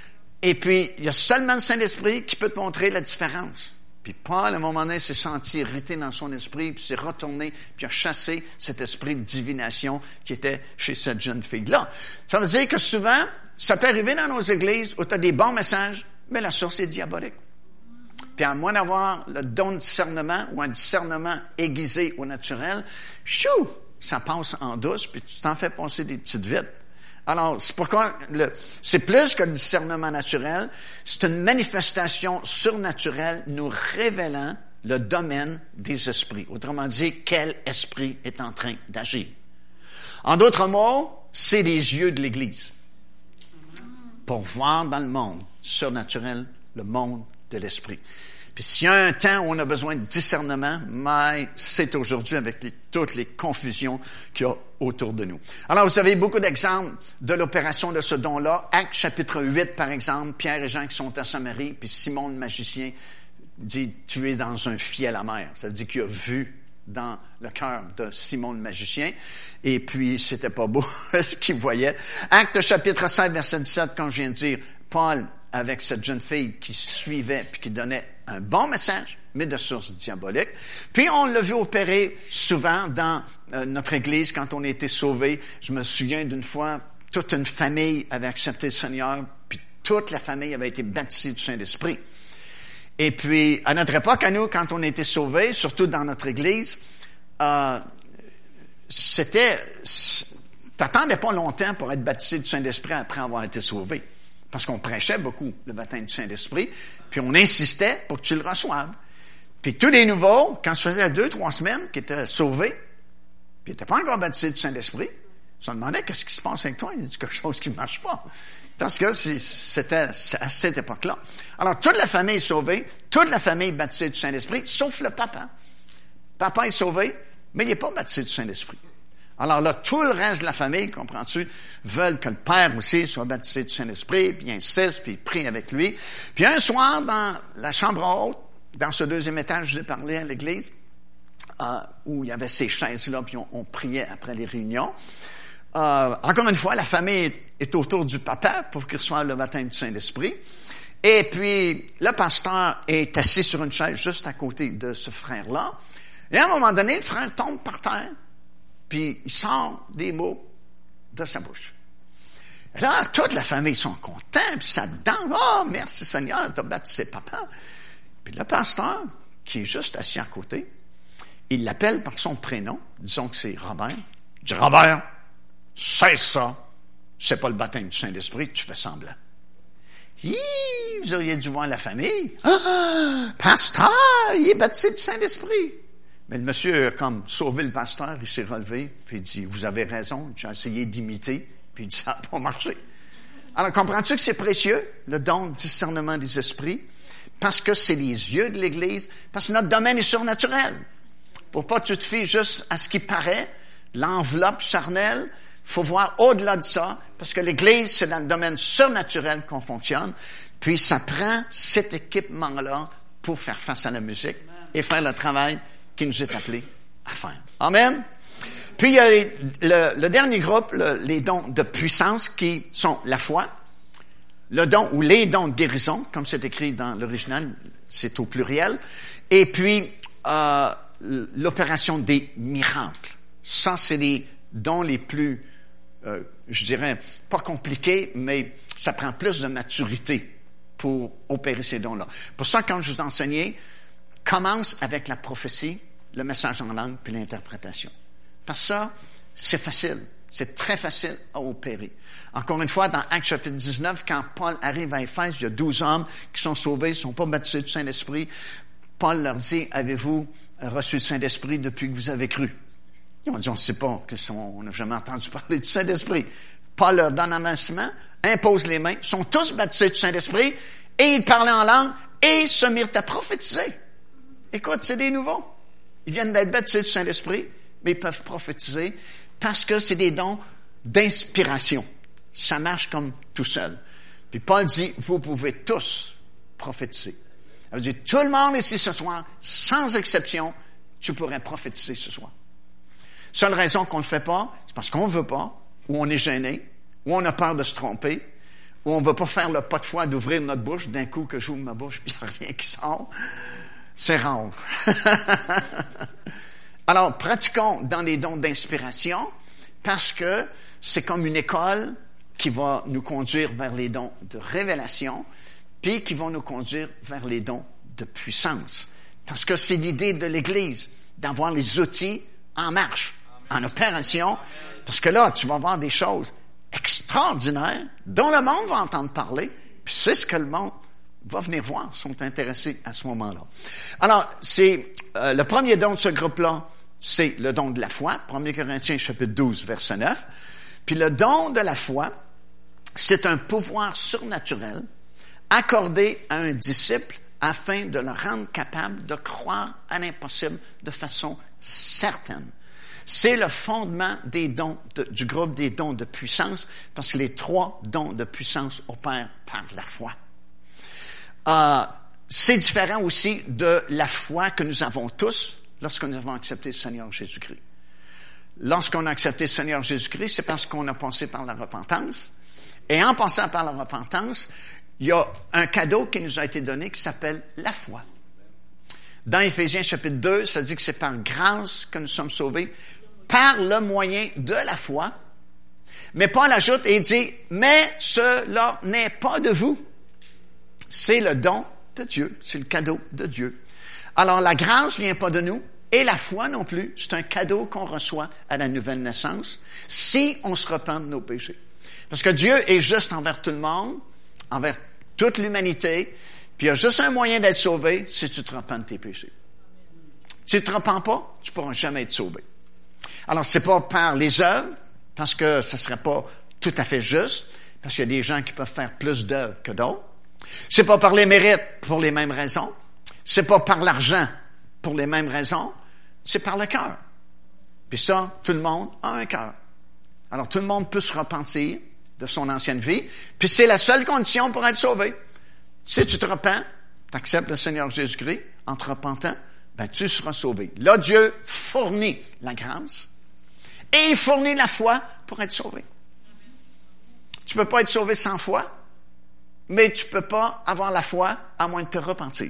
Et puis, il y a seulement le Saint-Esprit qui peut te montrer la différence. Puis Paul, à un moment donné, s'est senti irrité dans son esprit, puis s'est retourné, puis a chassé cet esprit de divination qui était chez cette jeune fille-là. Ça veut dire que souvent, ça peut arriver dans nos églises où tu as des bons messages, mais la source est diabolique. Puis à moins d'avoir le don de discernement ou un discernement aiguisé au naturel, chou, ça passe en douce, puis tu t'en fais passer des petites vites. Alors, c'est pourquoi c'est plus que le discernement naturel, c'est une manifestation surnaturelle nous révélant le domaine des esprits. Autrement dit, quel esprit est en train d'agir. En d'autres mots, c'est les yeux de l'Église pour voir dans le monde surnaturel le monde de l'esprit. Puis s'il y a un temps où on a besoin de discernement, mais c'est aujourd'hui avec toutes les confusions qu'il y a autour de nous. Alors, vous avez beaucoup d'exemples de l'opération de ce don-là. Actes chapitre 8, par exemple, Pierre et Jean qui sont à Samarie, puis Simon le magicien dit « Tu es dans un fiel amer ». Ça veut dire qu'il a vu dans le cœur de Simon le magicien, et puis c'était pas beau ce qu'il voyait. Actes chapitre 7, verset 17, comme je viens de dire, Paul avec cette jeune fille qui suivait puis qui donnait un bon message, mais de source diabolique. Puis on l'a vu opérer souvent dans notre Église quand on a été sauvés. Je me souviens d'une fois, toute une famille avait accepté le Seigneur, puis toute la famille avait été baptisée du Saint-Esprit. Et puis, à notre époque, à nous, quand on a été sauvés, surtout dans notre Église, t'attendais pas longtemps pour être baptisé du Saint-Esprit après avoir été sauvé. Parce qu'on prêchait beaucoup le baptême du Saint-Esprit, puis on insistait pour que tu le reçoives. Puis tous les nouveaux, quand ça faisait 2-3 semaines qu'ils étaient sauvés, puis ils n'étaient pas encore baptisés du Saint-Esprit, ils se demandaient qu'est-ce qui se passe avec toi, il y a quelque chose qui ne marche pas. Parce que c'était à cette époque-là. Alors, toute la famille est sauvée, toute la famille est baptisée du Saint-Esprit, sauf le papa. Papa est sauvé, mais il n'est pas baptisé du Saint-Esprit. Alors là, tout le reste de la famille, comprends-tu, veulent que le père aussi soit baptisé du Saint-Esprit, puis ils insistent, puis ils prient avec lui. Puis un soir, dans la chambre haute, dans ce deuxième étage, je vous ai parlé à l'église, où il y avait ces chaises-là, puis on priait après les réunions. Encore une fois, la famille est autour du papa pour qu'il reçoive le baptême du Saint-Esprit. Et puis, le pasteur est assis sur une chaise juste à côté de ce frère-là. Et à un moment donné, le frère tombe par terre. Puis il sort des mots de sa bouche. Et là, toute la famille sont contents, puis ça danse. « Oh, merci Seigneur, t'as baptisé papa. » Puis le pasteur, qui est juste assis à côté, il l'appelle par son prénom, disons que c'est Robert. Il dit « Robert, cesse ça, c'est pas le baptême du Saint-Esprit, tu fais semblant. » Hi, vous auriez dû voir la famille. « Ah, pasteur, il est baptisé du Saint-Esprit. » Mais le monsieur a comme sauvé le pasteur, il s'est relevé, puis il dit, vous avez raison, j'ai essayé d'imiter, puis il dit, ça n'a pas marché. Alors, comprends-tu que c'est précieux, le don de discernement des esprits, parce que c'est les yeux de l'Église, parce que notre domaine est surnaturel. Pour pas que tu te fies juste à ce qui paraît, l'enveloppe charnelle, faut voir au-delà de ça, parce que l'Église, c'est dans le domaine surnaturel qu'on fonctionne, puis ça prend cet équipement-là pour faire face à la musique et faire le travail qui nous est appelé à faire. Amen. Puis il y a le dernier groupe, les dons de puissance qui sont la foi, le don ou les dons de guérison, comme c'est écrit dans l'original, c'est au pluriel, et puis l'opération des miracles. Ça, c'est les dons les plus, je dirais, pas compliqués, mais ça prend plus de maturité pour opérer ces dons-là. Pour ça, quand je vous enseignais, commence avec la prophétie, le message en langue, puis l'interprétation. Parce que ça, c'est facile. C'est très facile à opérer. Encore une fois, dans Actes chapitre 19, quand Paul arrive à Éphèse, il y a 12 hommes qui sont sauvés, ils ne sont pas baptisés du Saint-Esprit. Paul leur dit, avez-vous reçu le Saint-Esprit depuis que vous avez cru? Ils ont dit, on ne sait pas, on n'a jamais entendu parler du Saint-Esprit. Paul leur donne un enseignement, impose les mains, sont tous baptisés du Saint-Esprit, et ils parlaient en langue, et se mirent à prophétiser. Écoute, c'est des nouveaux. Ils viennent d'être baptisés du Saint-Esprit, mais ils peuvent prophétiser parce que c'est des dons d'inspiration. Ça marche comme tout seul. Puis Paul dit, vous pouvez tous prophétiser. Ça veut dire, tout le monde ici ce soir, sans exception, tu pourrais prophétiser ce soir. Seule raison qu'on ne le fait pas, c'est parce qu'on ne veut pas, ou on est gêné, ou on a peur de se tromper, où on ne va pas faire le pas de foi d'ouvrir notre bouche, d'un coup que j'ouvre ma bouche, puis il n'y a rien qui sort. C'est rare. Alors, pratiquons dans les dons d'inspiration, parce que c'est comme une école qui va nous conduire vers les dons de révélation, puis qui vont nous conduire vers les dons de puissance. Parce que c'est l'idée de l'Église, d'avoir les outils en marche, en opération, parce que là, tu vas voir des choses extraordinaires dont le monde va entendre parler, puis c'est ce que le monde va venir voir, sont intéressés à ce moment-là. Alors, c'est le premier don de ce groupe-là, c'est le don de la foi, 1 Corinthiens chapitre 12, verset 9. Puis le don de la foi, c'est un pouvoir surnaturel accordé à un disciple afin de le rendre capable de croire à l'impossible de façon certaine. C'est le fondement des dons du groupe des dons de puissance, parce que les 3 dons de puissance opèrent par la foi. C'est différent aussi de la foi que nous avons tous lorsque nous avons accepté le Seigneur Jésus-Christ. Lorsqu'on a accepté le Seigneur Jésus-Christ, c'est parce qu'on a passé par la repentance. Et en passant par la repentance, il y a un cadeau qui nous a été donné qui s'appelle la foi. Dans Éphésiens chapitre 2, ça dit que c'est par grâce que nous sommes sauvés, par le moyen de la foi. Mais Paul ajoute et dit, mais cela n'est pas de vous. C'est le don de Dieu, c'est le cadeau de Dieu. Alors la grâce vient pas de nous, et la foi non plus, c'est un cadeau qu'on reçoit à la nouvelle naissance, si on se repent de nos péchés. Parce que Dieu est juste envers tout le monde, envers toute l'humanité, puis il y a juste un moyen d'être sauvé, si tu te repens de tes péchés. Si tu te repens pas, tu pourras jamais être sauvé. Alors, c'est pas par les œuvres, parce que ça serait pas tout à fait juste, parce qu'il y a des gens qui peuvent faire plus d'œuvres que d'autres. C'est pas par les mérites, pour les mêmes raisons. C'est pas par l'argent, pour les mêmes raisons. C'est par le cœur. Puis ça, tout le monde a un cœur. Alors, tout le monde peut se repentir de son ancienne vie, puis c'est la seule condition pour être sauvé. Si tu te repens, tu acceptes le Seigneur Jésus-Christ en te repentant, ben tu seras sauvé. Là, Dieu fournit la grâce et il fournit la foi pour être sauvé. Tu peux pas être sauvé sans foi, mais tu peux pas avoir la foi à moins de te repentir.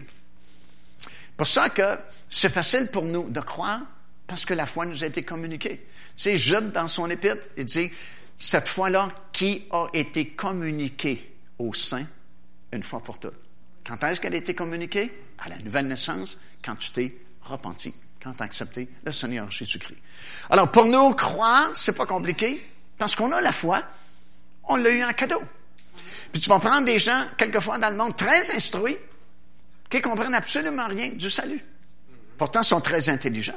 Pour ça que c'est facile pour nous de croire parce que la foi nous a été communiquée. C'est Jude dans son épître, il dit, cette foi-là qui a été communiquée aux saints une fois pour toutes. Quand est-ce qu'elle a été communiquée? À la nouvelle naissance, quand tu t'es repenti, quand tu as accepté le Seigneur Jésus-Christ. Alors, pour nous, croire, c'est pas compliqué, parce qu'on a la foi, on l'a eu en cadeau. Puis tu vas prendre des gens, quelquefois dans le monde, très instruits, qui comprennent absolument rien du salut. Pourtant, ils sont très intelligents.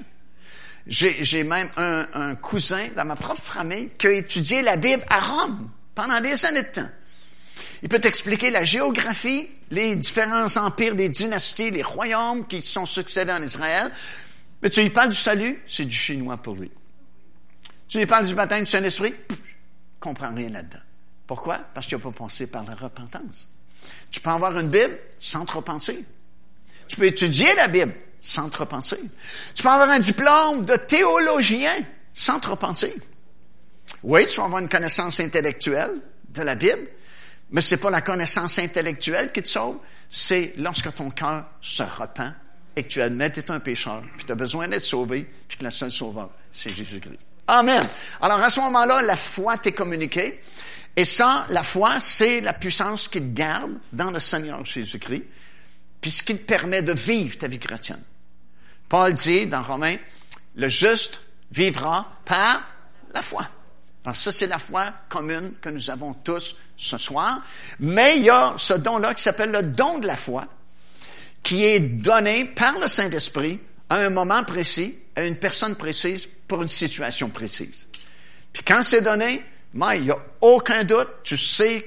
J'ai même un cousin dans ma propre famille qui a étudié la Bible à Rome pendant des années de temps. Il peut t'expliquer la géographie, les différents empires, les dynasties, les royaumes qui sont succédés en Israël. Mais tu lui parles du salut, c'est du chinois pour lui. Tu lui parles du baptême du Saint-Esprit, il ne comprend rien là-dedans. Pourquoi? Parce qu'il n'a pas passé par la repentance. Tu peux avoir une Bible sans te repentir. Tu peux étudier la Bible sans te repentir. Tu peux avoir un diplôme de théologien sans te repentir. Oui, tu vas avoir une connaissance intellectuelle de la Bible, mais c'est pas la connaissance intellectuelle qui te sauve, c'est lorsque ton cœur se repent et que tu admets que tu es un pécheur, puis tu as besoin d'être sauvé, puis que le seul sauveur, c'est Jésus-Christ. Amen. Alors, à ce moment-là, la foi t'est communiquée, et ça, la foi, c'est la puissance qui te garde dans le Seigneur Jésus-Christ, puis ce qui te permet de vivre ta vie chrétienne. Paul dit dans Romains, le juste vivra par la foi. Alors ça, c'est la foi commune que nous avons tous ce soir. Mais il y a ce don-là qui s'appelle le don de la foi, qui est donné par le Saint-Esprit à un moment précis, à une personne précise, pour une situation précise. Puis quand c'est donné, il n'y a aucun doute, tu sais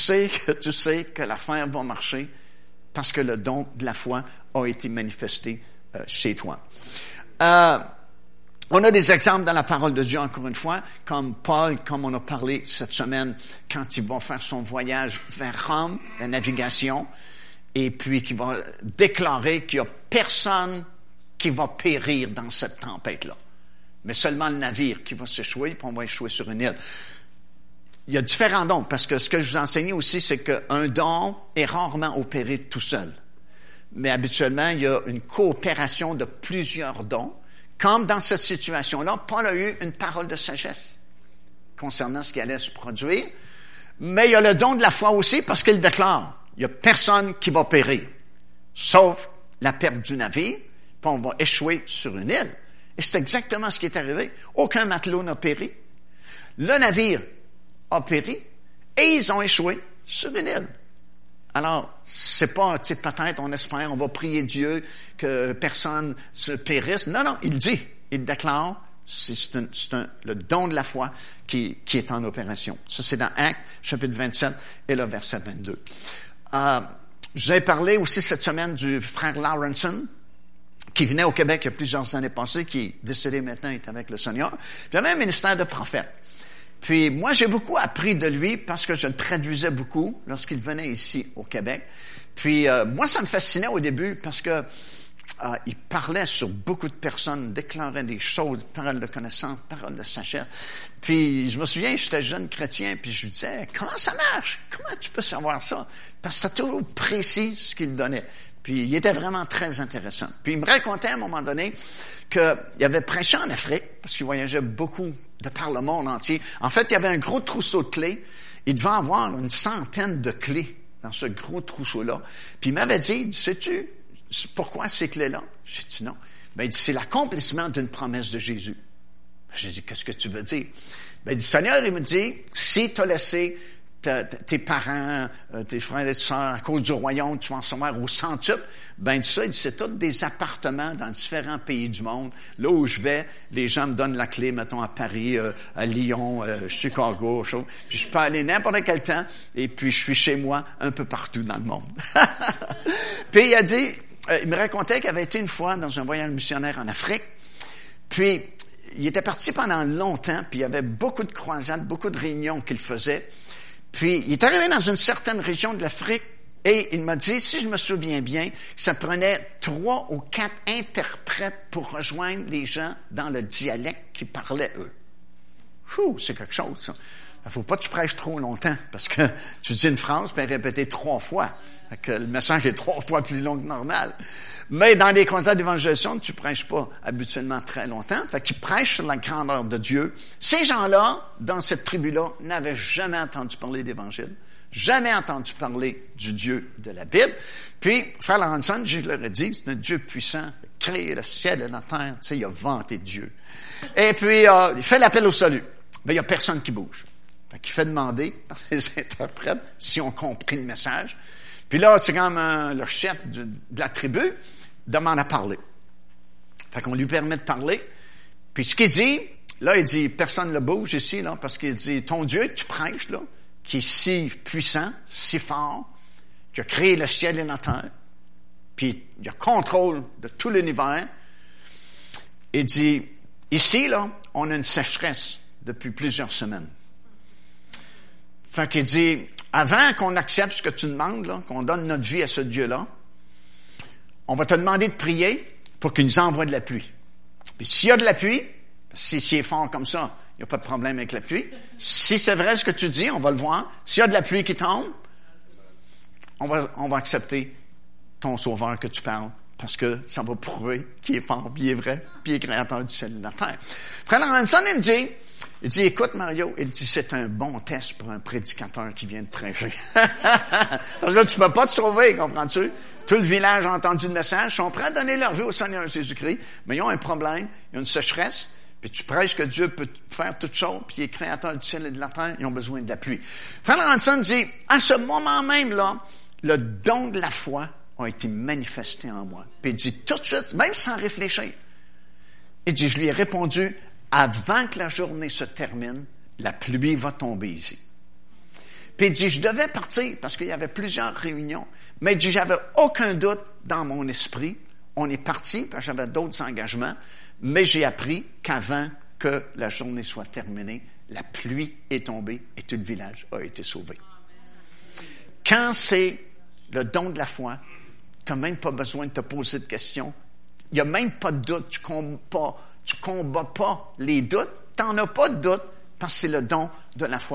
que l'affaire va marcher parce que le don de la foi a été manifesté chez toi. On a des exemples dans la parole de Dieu, encore une fois, comme Paul, comme on a parlé cette semaine, quand il va faire son voyage vers Rome, la navigation, et puis qu'il va déclarer qu'il n'y a personne qui va périr dans cette tempête-là. Mais seulement le navire qui va s'échouer, puis on va échouer sur une île. il y a différents dons, parce que ce que je vous enseigne aussi, c'est qu'un don est rarement opéré tout seul. Mais habituellement, il y a une coopération de plusieurs dons. Comme dans cette situation-là, Paul a eu une parole de sagesse concernant ce qui allait se produire. Mais il y a le don de la foi aussi, parce qu'il déclare, il n'y a personne qui va périr, sauf la perte du navire, puis on va échouer sur une île. Et c'est exactement ce qui est arrivé. Aucun matelot n'a péri. Le navire a péri et ils ont échoué sur une île. Alors, c'est pas, tu sais, peut-être, on espère, on va prier Dieu que personne se périsse. Non, il déclare, le don de la foi qui est en opération. Ça, c'est dans Actes, chapitre 27 et le verset 22. Je vous ai parlé aussi cette semaine du frère Lawrenson, qui venait au Québec il y a plusieurs années passées, qui est décédé maintenant, est avec le Seigneur. Puis il avait un ministère de prophète. Puis moi, j'ai beaucoup appris de lui parce que je le traduisais beaucoup lorsqu'il venait ici au Québec. Puis moi, ça me fascinait au début parce que il parlait sur beaucoup de personnes, déclarait des choses, paroles de connaissance, paroles de sagesse. Puis je me souviens, j'étais jeune chrétien, puis je lui disais, comment ça marche? Comment tu peux savoir ça? Parce que c'est toujours précis ce qu'il donnait. Puis il était vraiment très intéressant. Puis il me racontait à un moment donné qu'il avait prêché en Afrique, parce qu'il voyageait beaucoup de par le monde entier. En fait, il y avait un gros trousseau de clés. Il devait avoir une centaine de clés dans ce gros trousseau-là. Puis il m'avait dit, sais-tu pourquoi ces clés-là? J'ai dit non. Ben, il dit, c'est l'accomplissement d'une promesse de Jésus. J'ai dit, qu'est-ce que tu veux dire? Ben, il dit, Seigneur, il me dit, si tu as laissé tes parents, tes frères et sœurs, à cause du royaume, tu vas en recevoir au centuple. Ben, ça, il dit, c'est tous des appartements dans différents pays du monde. Là où je vais, les gens me donnent la clé, mettons, à Paris, à Lyon, Chicago, chose. Puis je peux aller n'importe quel temps, et puis je suis chez moi un peu partout dans le monde. Puis il a dit, il me racontait qu'il avait été une fois dans un voyage missionnaire en Afrique, puis il était parti pendant longtemps, puis il y avait beaucoup de croisades, beaucoup de réunions qu'il faisait. Puis, il est arrivé dans une certaine région de l'Afrique et il m'a dit, si je me souviens bien, ça prenait 3 ou 4 interprètes pour rejoindre les gens dans le dialecte qu'ils parlaient eux. C'est quelque chose, ça. Il faut pas que tu prêches trop longtemps parce que tu dis une phrase puis répéter 3 fois. Fait que le message est 3 fois plus long que normal. Mais dans les croisades d'évangélisation, tu prêches pas habituellement très longtemps. Fait qu'ils prêchent sur la grandeur de Dieu. Ces gens-là, dans cette tribu-là, n'avaient jamais entendu parler d'évangile. Jamais entendu parler du Dieu de la Bible. Puis, frère Lawrenson, je leur ai dit, c'est un Dieu puissant, créé le ciel et la terre. Tu sais, il a vanté Dieu. Et puis, il fait l'appel au salut. Mais il y a personne qui bouge. Fait qu'il fait demander par les interprètes si on compris le message. Puis là, c'est comme le chef de la tribu demande à parler. Fait qu'on lui permet de parler. Puis ce qu'il dit, là, il dit, personne ne bouge ici, là, parce qu'il dit, ton Dieu que tu prêches, là, qui est si puissant, si fort, qui a créé le ciel et la terre, puis il a contrôle de tout l'univers, il dit, ici, là, on a une sécheresse depuis plusieurs semaines. Fait qu'il dit, avant qu'on accepte ce que tu demandes, là, qu'on donne notre vie à ce Dieu-là, on va te demander de prier pour qu'il nous envoie de la pluie. Puis s'il y a de la pluie, s'il est fort comme ça, il n'y a pas de problème avec la pluie. Si c'est vrai ce que tu dis, on va le voir. S'il y a de la pluie qui tombe, on va accepter ton sauveur que tu parles, parce que ça va prouver qu'il est fort, puis il est vrai, puis il est créateur du ciel et de la terre. Frère Lawrenson, il dit, écoute Mario, il dit, c'est un bon test pour un prédicateur qui vient de prêcher. Parce que là, tu peux pas te sauver, comprends-tu? Tout le village a entendu le message, ils sont prêts à donner leur vie au Seigneur Jésus-Christ, mais ils ont un problème, il y a une sécheresse, puis tu prêches que Dieu peut faire toutes choses, puis il est créateur du ciel et de la terre, ils ont besoin de la pluie. Frère Lawrenson dit, à ce moment même là, le don de la foi a été manifesté en moi. Puis il dit tout de suite, même sans réfléchir, il dit, je lui ai répondu, avant que la journée se termine, la pluie va tomber ici. Puis il dit, je devais partir parce qu'il y avait plusieurs réunions. Mais il dit, j'avais aucun doute dans mon esprit. On est parti parce que j'avais d'autres engagements. Mais j'ai appris qu'avant que la journée soit terminée, la pluie est tombée et tout le village a été sauvé. Quand c'est le don de la foi, tu n'as même pas besoin de te poser de questions. Il n'y a même pas de doute. Tu combats pas les doutes. Tu n'en as pas de doute parce que c'est le don de la foi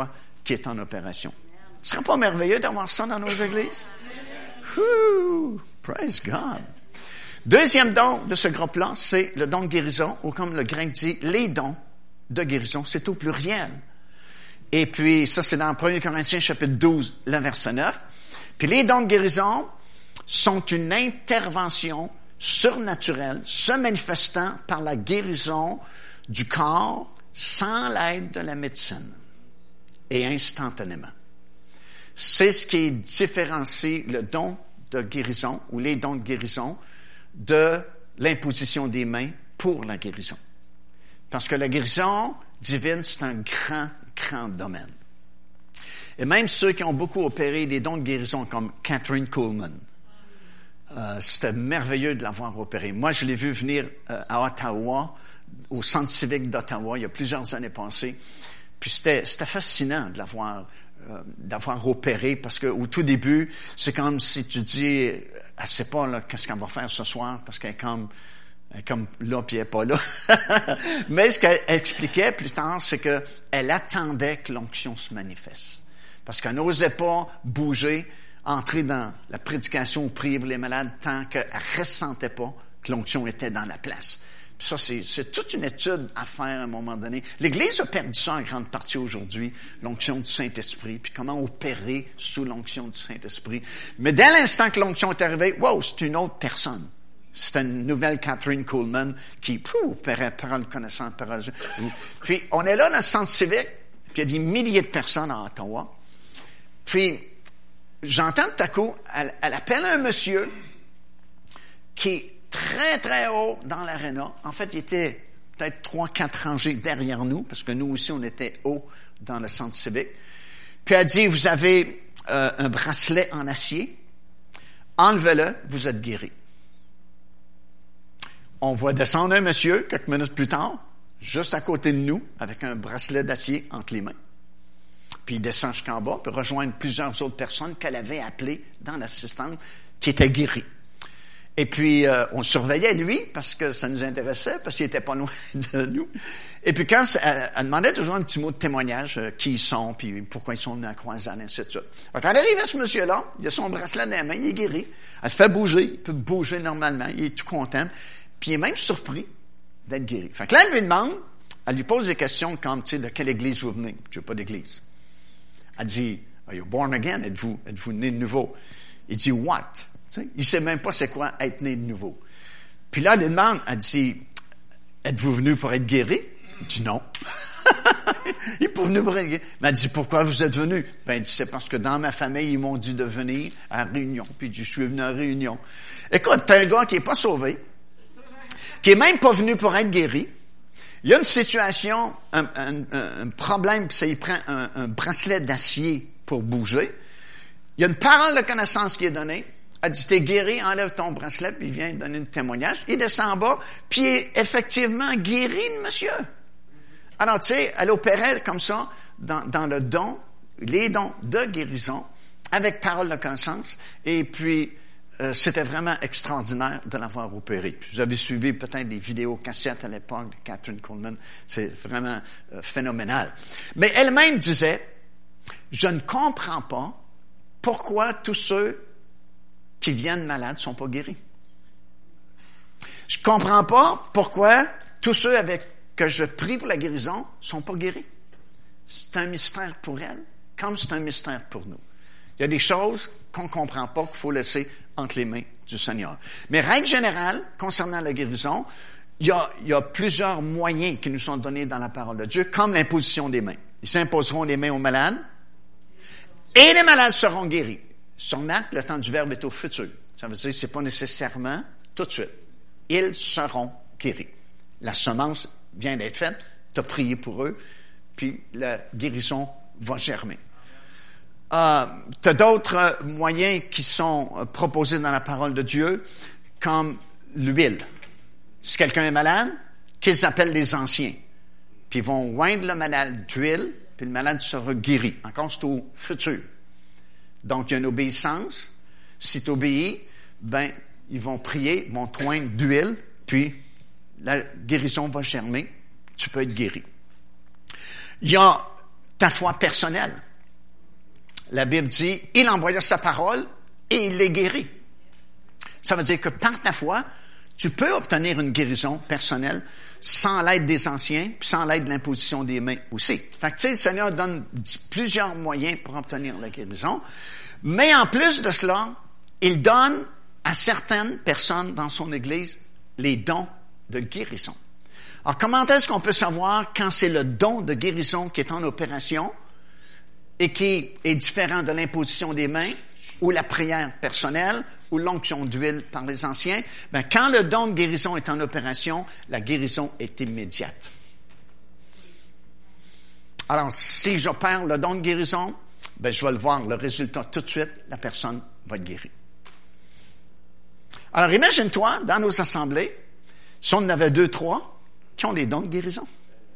qui est en opération. Ce serait pas merveilleux d'avoir ça dans nos églises? Whew, praise God. Deuxième don de ce groupe-là, c'est le don de guérison, ou comme le grec dit, les dons de guérison. C'est au pluriel. Et puis, ça, c'est dans 1 Corinthiens, chapitre 12, le verset 9. Puis les dons de guérison sont une intervention surnaturelle se manifestant par la guérison du corps sans l'aide de la médecine et instantanément. C'est ce qui différencie le don de guérison ou les dons de guérison de l'imposition des mains pour la guérison. Parce que la guérison divine, c'est un grand domaine. Et même ceux qui ont beaucoup opéré des dons de guérison, comme Kathryn Kuhlman, c'était merveilleux de l'avoir opéré. Moi, je l'ai vu venir à Ottawa, au Centre civique d'Ottawa, il y a plusieurs années passées. Puis c'était fascinant de d'avoir opéré, parce que au tout début, c'est comme si tu dis, elle sait pas là qu'est-ce qu'elle va faire ce soir, parce qu'elle est comme là, puis elle n'est pas là. Mais ce qu'elle expliquait plus tard, c'est que elle attendait que l'onction se manifeste. Parce qu'elle n'osait pas bouger, entrer dans la prédication ou prier pour les malades tant qu'elle ne ressentait pas que l'onction était dans la place. Puis ça, c'est toute une étude à faire à un moment donné. L'Église a perdu ça en grande partie aujourd'hui, l'onction du Saint-Esprit, puis comment opérer sous l'onction du Saint-Esprit. Mais dès l'instant que l'onction est arrivée, wow, c'est une autre personne. C'est une nouvelle Kathryn Kuhlman qui, parole connaissante, parole. Puis, on est là dans le centre civique, puis il y a des milliers de personnes à Ottawa. Puis, j'entends tout à coup, elle appelle un monsieur qui est très, très haut dans l'aréna. En fait, il était peut-être 3-4 rangées derrière nous, parce que nous aussi, on était haut dans le centre civique. Puis, elle dit, vous avez un bracelet en acier. Enlevez-le, vous êtes guéri. On voit descendre un monsieur, quelques minutes plus tard, juste à côté de nous, avec un bracelet d'acier entre les mains. Puis il descend jusqu'en bas, puis rejoindre plusieurs autres personnes qu'elle avait appelées dans l'assistance, qui étaient guéries. Et puis, on surveillait lui, parce que ça nous intéressait, parce qu'il était pas loin de nous. Et puis quand elle demandait toujours un petit mot de témoignage, qui ils sont, puis pourquoi ils sont venus à Croisade, ainsi de suite. Quand elle arrive à ce monsieur-là, il a son bracelet dans la main, il est guéri. Elle fait bouger, il peut bouger normalement, il est tout content. Puis il est même surpris d'être guéri. Fait que là, elle lui demande, elle lui pose des questions comme, tu sais, de quelle église vous venez? Je n'ai pas d'église. Elle dit, are you born again? Êtes-vous né de nouveau? Il dit, what? Tu sais, il sait même pas c'est quoi être né de nouveau. Puis là, elle lui demande, elle dit, êtes-vous venu pour être guéri? Il dit, non. Il n'est pas venu pour être guéri. Mais elle dit, pourquoi vous êtes venu? Ben, il dit, c'est parce que dans ma famille, ils m'ont dit de venir à Réunion. Puis il dit, je suis venu à Réunion. Écoute, t'as un gars qui n'est pas sauvé, qui est même pas venu pour être guéri. Il y a une situation, un problème, puis ça, il prend un bracelet d'acier pour bouger. Il y a une parole de connaissance qui est donnée. Elle dit, t'es guéri, enlève ton bracelet, puis il vient donner un témoignage. Il descend en bas, puis il est effectivement guéri, le monsieur. Alors, tu sais, elle opérait comme ça dans le don, les dons de guérison, avec parole de connaissance, et puis c'était vraiment extraordinaire de l'avoir opéré. Vous avez suivi peut-être des vidéos cassettes à l'époque de Kathryn Kuhlman. C'est vraiment phénoménal. Mais elle-même disait, je ne comprends pas pourquoi tous ceux qui viennent malades ne sont pas guéris. Je ne comprends pas pourquoi tous ceux que je prie pour la guérison ne sont pas guéris. C'est un mystère pour elle, comme c'est un mystère pour nous. Il y a des choses qu'on ne comprend pas qu'il faut laisser entre les mains du Seigneur. Mais règle générale, concernant la guérison, il y a plusieurs moyens qui nous sont donnés dans la parole de Dieu, comme l'imposition des mains. Ils s'imposeront les mains aux malades et les malades seront guéris. Sur Marc, le temps du verbe est au futur. Ça veut dire que ce n'est pas nécessairement tout de suite. Ils seront guéris. La semence vient d'être faite, tu as prié pour eux, puis la guérison va germer. Tu as d'autres moyens qui sont proposés dans la parole de Dieu, comme l'huile. Si quelqu'un est malade, qu'ils appellent les anciens. Puis ils vont oindre le malade d'huile, puis le malade sera guéri. Encore, c'est au futur. Donc, il y a une obéissance. Si tu obéis, ben, ils vont prier, vont t'oindre d'huile, puis la guérison va germer. Tu peux être guéri. Il y a ta foi personnelle. la Bible dit, il envoya sa parole et il les guérit. Ça veut dire que par ta foi, tu peux obtenir une guérison personnelle sans l'aide des anciens, puis sans l'aide de l'imposition des mains aussi. Fait que, tu sais, le Seigneur donne plusieurs moyens pour obtenir la guérison. Mais en plus de cela, il donne à certaines personnes dans son Église les dons de guérison. Alors, comment est-ce qu'on peut savoir quand c'est le don de guérison qui est en opération et qui est différent de l'imposition des mains ou la prière personnelle ou l'onction d'huile par les anciens? Ben, quand le don de guérison est en opération, la guérison est immédiate. Alors, si j'opère le don de guérison, ben, je vais le voir, le résultat tout de suite, la personne va être guérie. Alors, imagine-toi, dans nos assemblées, si on en avait 2, 3, qui ont les dons de guérison.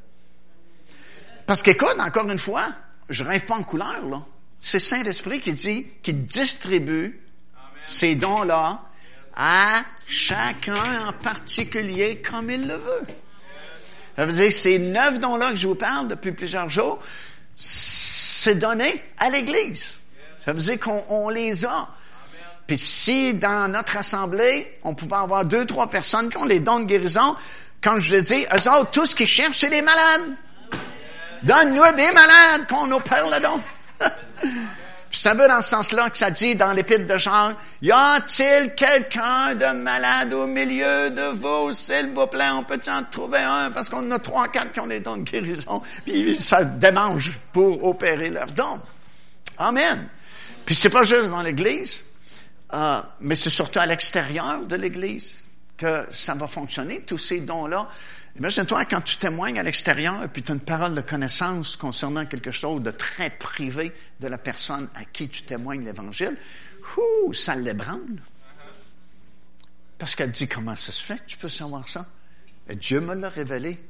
Parce qu'écoute, encore une fois, je rêve pas en couleur, là. C'est Saint-Esprit qui dit, qui distribue ces dons-là à chacun en particulier comme il le veut. Ça veut dire que ces 9 dons-là que je vous parle depuis plusieurs jours, c'est donné à l'Église. Ça veut dire qu'on les a. Puis si dans notre assemblée, on pouvait avoir 2, 3 personnes qui ont les dons de guérison, comme je l'ai dit, eux autres, tout ce qu'ils cherchent, c'est des malades. Donne-nous des malades qu'on opère le don. Puis ça veut dans ce sens-là que ça dit dans l'Épître de Jean, y a-t-il quelqu'un de malade au milieu de vous, s'il vous plaît, on peut en trouver un, parce qu'on en a 3, 4 qui ont les dons de guérison, puis ça démange pour opérer leurs dons. Amen. Puis c'est pas juste dans l'Église, mais c'est surtout à l'extérieur de l'Église que ça va fonctionner, tous ces dons-là. Imagine-toi quand tu témoignes à l'extérieur et puis tu as une parole de connaissance concernant quelque chose de très privé de la personne à qui tu témoignes l'Évangile. Ça l'ébranle. Parce qu'elle dit, comment ça se fait que tu peux savoir ça? Et Dieu me l'a révélé.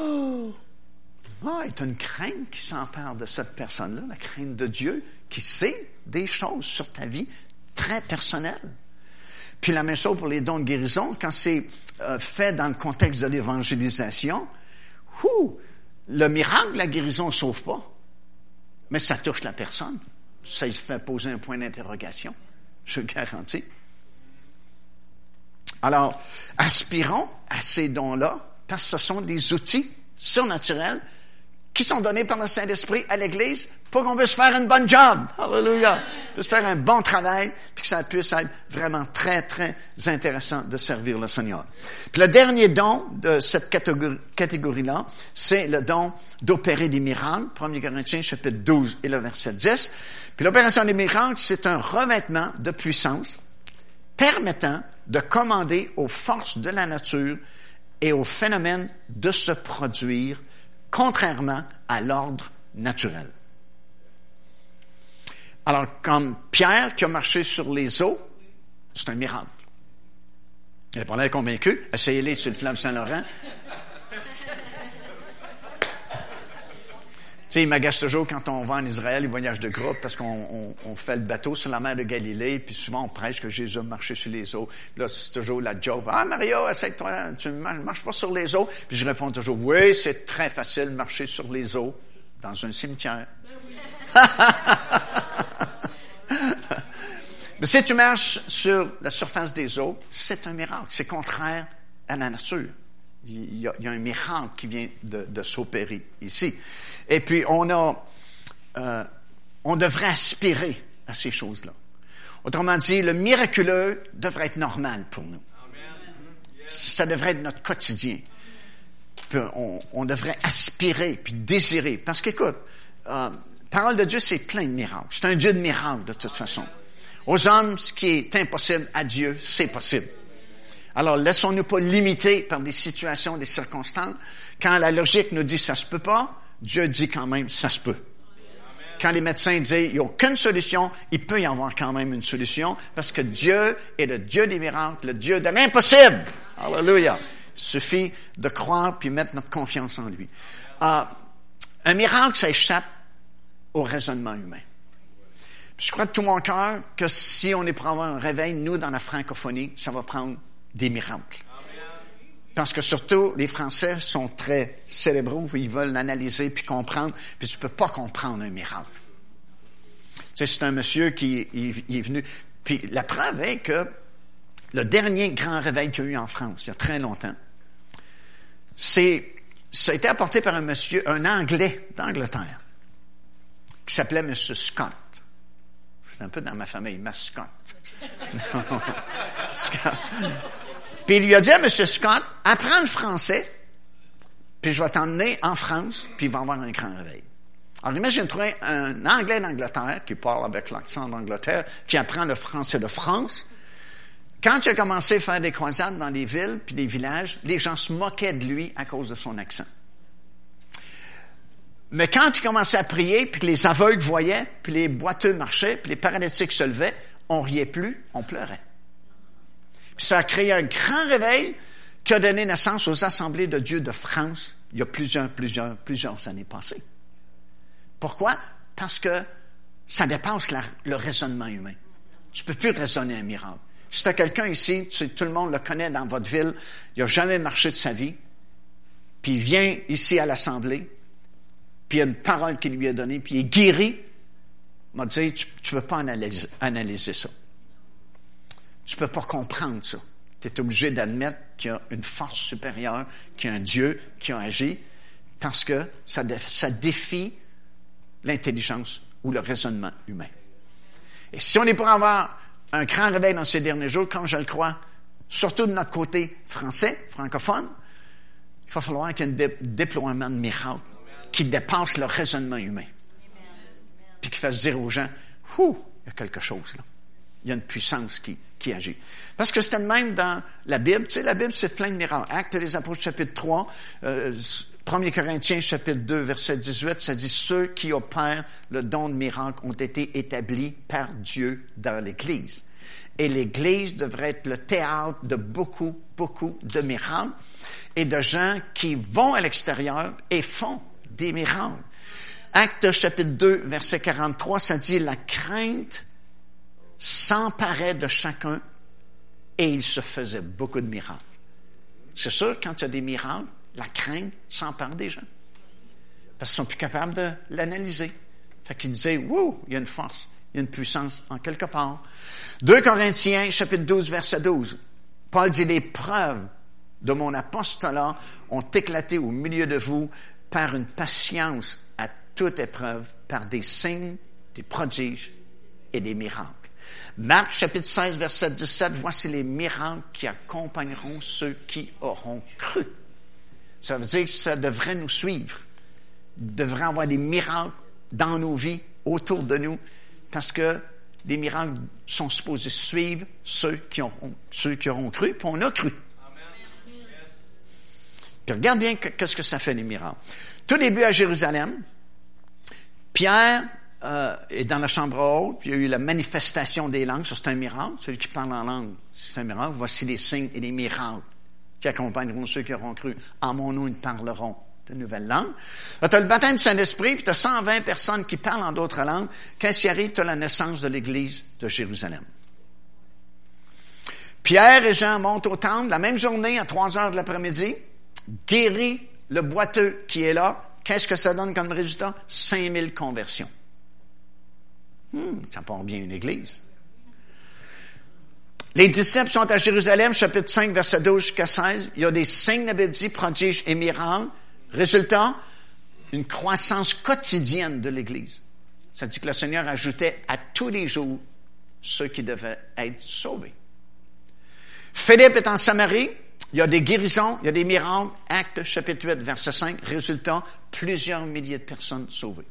Il y a une crainte qui s'empare de cette personne-là, la crainte de Dieu, qui sait des choses sur ta vie très personnelles. Puis la même chose pour les dons de guérison, quand c'est fait dans le contexte de l'évangélisation, le miracle, la guérison ne sauve pas, mais ça touche la personne. Ça lui fait poser un point d'interrogation, je le garantis. Alors, aspirons à ces dons-là, parce que ce sont des outils surnaturels qui sont donnés par le Saint-Esprit à l'Église pour qu'on puisse faire une bonne job. Alléluia! Puisse faire un bon travail, puis que ça puisse être vraiment très, très intéressant de servir le Seigneur. Puis le dernier don de cette catégorie-là, c'est le don d'opérer des miracles. 1 Corinthiens, chapitre 12 et le verset 10. Puis l'opération des miracles, c'est un revêtement de puissance permettant de commander aux forces de la nature et aux phénomènes de se produire contrairement à l'ordre naturel. Alors, comme Pierre qui a marché sur les eaux, c'est un miracle. Il n'a pas l'air convaincu. Essayez-les sur le fleuve Saint-Laurent. Tu sais, il m'agace toujours quand on va en Israël, les voyages de groupe, parce qu'on fait le bateau sur la mer de Galilée, puis souvent on prêche que Jésus a marché sur les eaux. Puis là, c'est toujours la joke. Ah, Mario, essaie-toi, tu ne marches pas sur les eaux. Puis je réponds toujours, oui, c'est très facile de marcher sur les eaux dans un cimetière. Mais si tu marches sur la surface des eaux, c'est un miracle. C'est contraire à la nature. Il y a un miracle qui vient de s'opérer ici. Et puis, on devrait aspirer à ces choses-là. Autrement dit, le miraculeux devrait être normal pour nous. Ça devrait être notre quotidien. Puis on devrait aspirer puis désirer. Parce qu'écoute, parole de Dieu, c'est plein de miracles. C'est un Dieu de miracles, de toute façon. Aux hommes, ce qui est impossible, à Dieu, c'est possible. Alors, laissons-nous pas limiter par des situations, des circonstances. Quand la logique nous dit ça se peut pas, Dieu dit quand même ça se peut. Quand les médecins disent il n'y a aucune solution, il peut y avoir quand même une solution parce que Dieu est le Dieu des miracles, le Dieu de l'impossible. Alléluia. Il suffit de croire puis mettre notre confiance en lui. Un miracle, ça échappe au raisonnement humain. Puis je crois de tout mon cœur que si on est pour avoir un réveil, nous, dans la francophonie, ça va prendre des miracles. Parce que surtout, les Français sont très cérébraux, ils veulent l'analyser puis comprendre, puis tu peux pas comprendre un miracle. sais, c'est un monsieur qui il est venu. Puis la preuve est que le dernier grand réveil qu'il y a eu en France, il y a très longtemps, ça a été apporté par un Anglais d'Angleterre, qui s'appelait M. Scott. C'est un peu dans ma famille, Mascotte. Scott. Puis il lui a dit à M. Scott, apprends le français, puis je vais t'emmener en France, puis il va y avoir un grand réveil. Alors imagine-toi un Anglais d'Angleterre, qui parle avec l'accent d'Angleterre, qui apprend le français de France. Quand il a commencé à faire des croisades dans les villes puis les villages, les gens se moquaient de lui à cause de son accent. Mais quand il commençait à prier, puis que les aveugles voyaient, puis les boiteux marchaient, puis les paralytiques se levaient, on riait plus, on pleurait. Puis ça a créé un grand réveil qui a donné naissance aux Assemblées de Dieu de France il y a plusieurs années passées. Pourquoi? Parce que ça dépasse le raisonnement humain. Tu peux plus raisonner un miracle. Si tu as quelqu'un ici, tout le monde le connaît dans votre ville, il n'a jamais marché de sa vie, puis il vient ici à l'Assemblée, puis il y a une parole qui lui est donnée, puis il est guéri, il m'a dit, tu ne peux pas analyser ça. Tu ne peux pas comprendre ça. Tu es obligé d'admettre qu'il y a une force supérieure, qu'il y a un Dieu qui a agi, parce que ça défie l'intelligence ou le raisonnement humain. Et si on est pour avoir un grand réveil dans ces derniers jours, comme je le crois, surtout de notre côté français, francophone, il va falloir qu'il y ait un déploiement de miracles qui dépasse le raisonnement humain. Puis qui fasse dire aux gens, il y a quelque chose là. Il y a une puissance qui agit. Parce que c'était le même dans la Bible. Tu sais, la Bible, c'est plein de miracles. Actes des Apôtres, chapitre 3, 1 Corinthiens, chapitre 2, verset 18, ça dit « Ceux qui opèrent le don de miracles ont été établis par Dieu dans l'Église. » Et l'Église devrait être le théâtre de beaucoup de miracles et de gens qui vont à l'extérieur et font des miracles. Actes, chapitre 2, verset 43, ça dit « La crainte s'emparait de chacun et il se faisait beaucoup de miracles. » C'est sûr, quand il y a des miracles, la crainte s'empare des gens. Parce qu'ils sont plus capables de l'analyser. Fait qu'ils disaient, il y a une force, il y a une puissance en quelque part. 2 Corinthiens, chapitre 12, verset 12. Paul dit, les preuves de mon apostolat ont éclaté au milieu de vous par une patience à toute épreuve, par des signes, des prodiges et des miracles. Marc, chapitre 16, verset 17, voici les miracles qui accompagneront ceux qui auront cru. Ça veut dire que ça devrait nous suivre. Il devrait y avoir des miracles dans nos vies, autour de nous, parce que les miracles sont supposés suivre ceux qui auront cru, puis on a cru. Amen. Puis regarde bien qu'est-ce que ça fait, les miracles. Tout début à Jérusalem, Pierre est dans la chambre haute, puis il y a eu la manifestation des langues, ça c'est un miracle, celui qui parle en langue, c'est un miracle. Voici les signes et les miracles qui accompagneront ceux qui auront cru. En mon nom, ils parleront de nouvelles langues. Tu as le baptême du Saint-Esprit, puis tu as 120 personnes qui parlent en d'autres langues. Qu'est-ce qui arrive? Tu as la naissance de l'Église de Jérusalem. Pierre et Jean montent au temple la même journée, à 3 heures de l'après-midi, guérit le boiteux qui est là. Qu'est-ce que ça donne comme résultat? 5000 conversions. Ça part bien une église. Les disciples sont à Jérusalem, chapitre 5, verset 12 jusqu'à 16. Il y a des signes, la Bible dit, prodiges et miracles. Résultat, une croissance quotidienne de l'Église. Ça dit que le Seigneur ajoutait à tous les jours ceux qui devaient être sauvés. Philippe est en Samarie. Il y a des guérisons, il y a des miracles. Actes, chapitre 8, verset 5. Résultat, plusieurs milliers de personnes sauvées.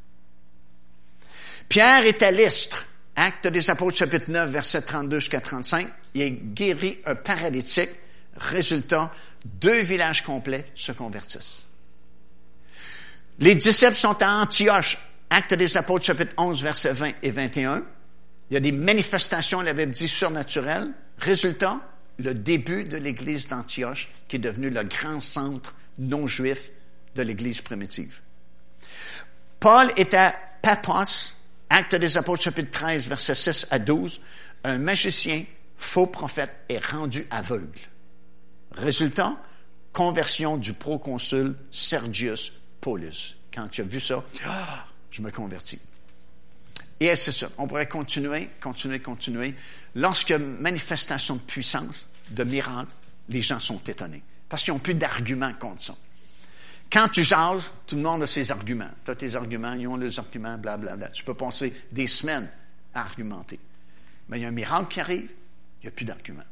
Pierre est à Lystre. Actes des Apôtres, chapitre 9, verset 32 jusqu'à 35. Il a guéri un paralytique. Résultat, 2 villages complets se convertissent. Les disciples sont à Antioche. Actes des Apôtres, chapitre 11, verset 20 et 21. Il y a des manifestations, la Bible dit, surnaturelles. Résultat, le début de l'Église d'Antioche, qui est devenu le grand centre non-juif de l'Église primitive. Paul est à Paphos. Actes des Apôtres, chapitre 13, versets 6 à 12. Un magicien, faux prophète, est rendu aveugle. Résultat, conversion du proconsul Sergius Paulus. Quand tu as vu ça, je me convertis. Et ainsi de suite. On pourrait continuer. Lorsque manifestation de puissance, de miracle, les gens sont étonnés. Parce qu'ils n'ont plus d'arguments contre ça. Quand tu jases, tout le monde a ses arguments. Tu as tes arguments, ils ont leurs arguments, blablabla. Tu peux passer des semaines à argumenter. Mais il y a un miracle qui arrive, il n'y a plus d'arguments.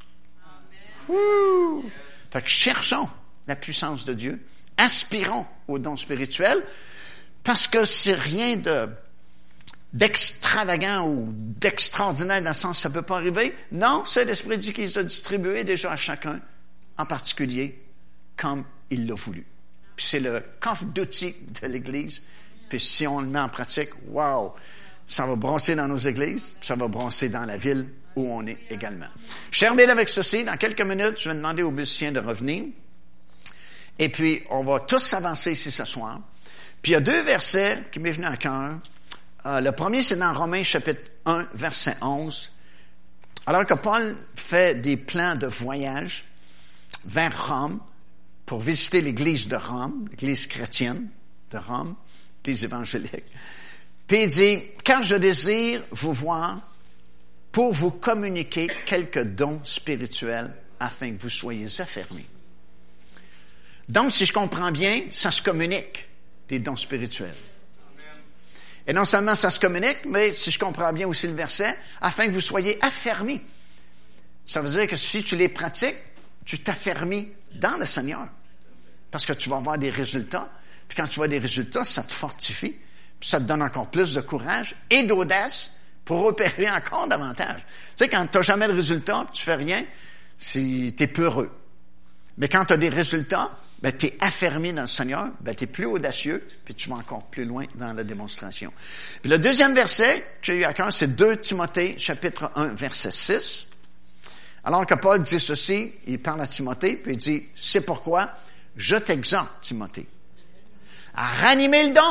Fait que cherchons la puissance de Dieu, aspirons aux dons spirituels, parce que c'est rien d'extravagant ou d'extraordinaire dans le sens que ça ne peut pas arriver. Non, c'est l'Esprit dit qu'il les a distribués déjà à chacun, en particulier, comme il l'a voulu. Puis c'est le coffre d'outils de l'Église. Puis si on le met en pratique, wow, ça va brasser dans nos églises, puis ça va brasser dans la ville où on est également. Je termine avec ceci. Dans quelques minutes, je vais demander aux musiciens de revenir. Et puis, on va tous avancer ici ce soir. Puis il y a 2 versets qui m'est venu à cœur. Le premier, c'est dans Romains chapitre 1, verset 11. Alors que Paul fait des plans de voyage vers Rome pour visiter l'église de Rome, l'église chrétienne de Rome, l'église évangélique. Puis il dit, « Car je désire vous voir pour vous communiquer quelques dons spirituels afin que vous soyez affermis. » Donc, si je comprends bien, ça se communique, des dons spirituels. Et non seulement ça se communique, mais si je comprends bien aussi le verset, afin que vous soyez affermis. Ça veut dire que si tu les pratiques, tu t'affermis dans le Seigneur. Parce que tu vas avoir des résultats. Puis quand tu vois des résultats, ça te fortifie. Puis ça te donne encore plus de courage et d'audace pour opérer encore davantage. Tu sais, quand tu n'as jamais de résultats, tu fais rien, tu es peureux. Mais quand tu as des résultats, ben, tu es affermi dans le Seigneur, ben, tu es plus audacieux, puis tu vas encore plus loin dans la démonstration. Puis le deuxième verset que j'ai eu à cœur, c'est 2 Timothée, chapitre 1, verset 6. Alors que Paul dit ceci, il parle à Timothée, puis il dit, « C'est pourquoi je t'exhorte, Timothée, à ranimer le don. »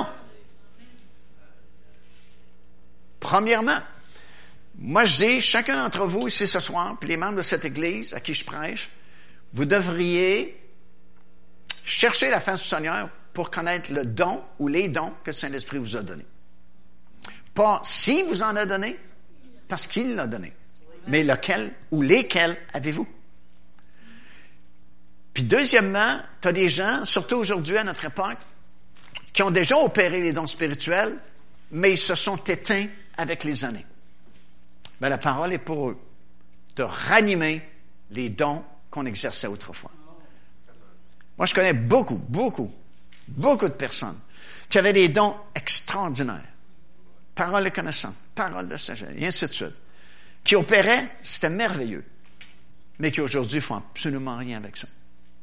Premièrement, moi je dis, chacun d'entre vous ici ce soir, puis les membres de cette Église à qui je prêche, vous devriez chercher la face du Seigneur pour connaître le don ou les dons que le Saint-Esprit vous a donnés. Pas s'il vous en a donné, parce qu'il l'a donné, mais lequel ou lesquels avez-vous? Puis deuxièmement, tu as des gens, surtout aujourd'hui à notre époque, qui ont déjà opéré les dons spirituels, mais ils se sont éteints avec les années. Ben, la parole est pour eux, de ranimer les dons qu'on exerçait autrefois. Moi, je connais beaucoup de personnes qui avaient des dons extraordinaires. Parole de connaissance, parole de sagesse, et ainsi de suite. Qui opéraient, c'était merveilleux, mais qui aujourd'hui font absolument rien avec ça.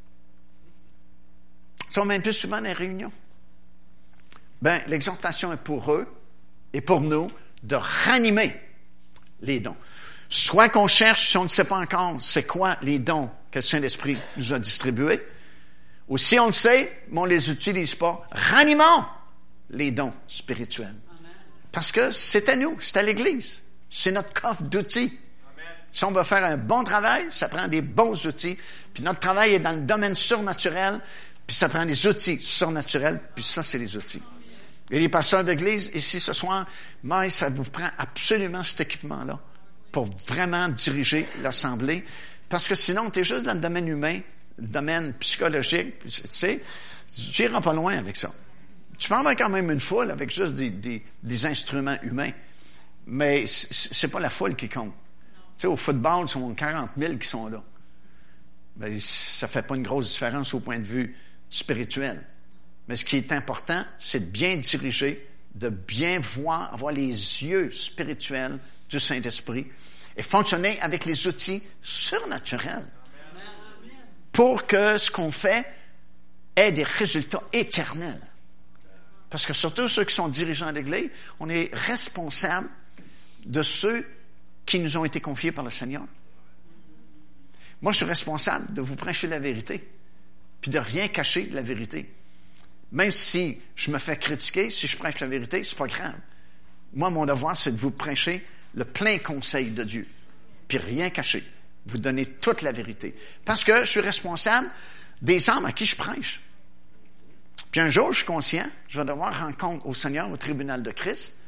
Ils sont même plus souvent dans les réunions. Ben, l'exhortation est pour eux et pour nous de ranimer les dons. Soit qu'on cherche, si on ne sait pas encore c'est quoi les dons que le Saint-Esprit nous a distribués, ou si on le sait, mais on ne les utilise pas, ranimons les dons spirituels. Parce que c'est à nous, c'est à l'Église. C'est notre coffre d'outils. Si on veut faire un bon travail, ça prend des bons outils. Puis notre travail est dans le domaine surnaturel, puis ça prend des outils surnaturels, puis ça, c'est les outils. Et les pasteurs d'église, ici ce soir, mais ça vous prend absolument cet équipement-là pour vraiment diriger l'assemblée. Parce que sinon, tu es juste dans le domaine humain, le domaine psychologique, tu sais, tu n'iras pas loin avec ça. Tu peux avoir quand même une foule avec juste des instruments humains, mais c'est pas la foule qui compte. Tu sais, au football, ils sont 40 000 qui sont là. Ben, ça fait pas une grosse différence au point de vue spirituel. Mais ce qui est important, c'est de bien diriger, de bien voir, avoir les yeux spirituels du Saint-Esprit et fonctionner avec les outils surnaturels pour que ce qu'on fait ait des résultats éternels. Parce que surtout ceux qui sont dirigeants de l'Église, on est responsable de ceux qui nous ont été confiés par le Seigneur. Moi, je suis responsable de vous prêcher la vérité, puis de rien cacher de la vérité. Même si je me fais critiquer, si je prêche la vérité, c'est pas grave. Moi, mon devoir, c'est de vous prêcher le plein conseil de Dieu, puis rien cacher. Vous donner toute la vérité. Parce que je suis responsable des âmes à qui je prêche. Puis un jour, je suis conscient, je vais devoir rendre compte au Seigneur, au tribunal de Christ,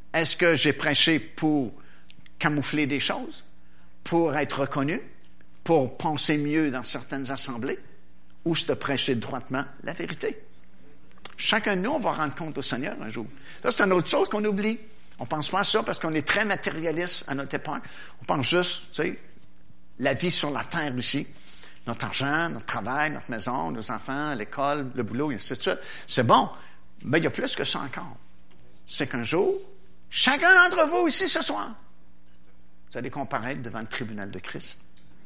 Est-ce que j'ai prêché pour camoufler des choses, pour être reconnu, pour penser mieux dans certaines assemblées, ou je te prêchais droitement la vérité? Chacun de nous, on va rendre compte au Seigneur un jour. Ça, c'est une autre chose qu'on oublie. On pense pas à ça parce qu'on est très matérialiste à notre époque. On pense juste, tu sais, la vie sur la terre ici. Notre argent, notre travail, notre maison, nos enfants, l'école, le boulot, et ainsi de suite. C'est bon, mais il y a plus que ça encore. C'est qu'un jour, chacun d'entre vous ici ce soir, vous allez comparaître devant le tribunal de Christ.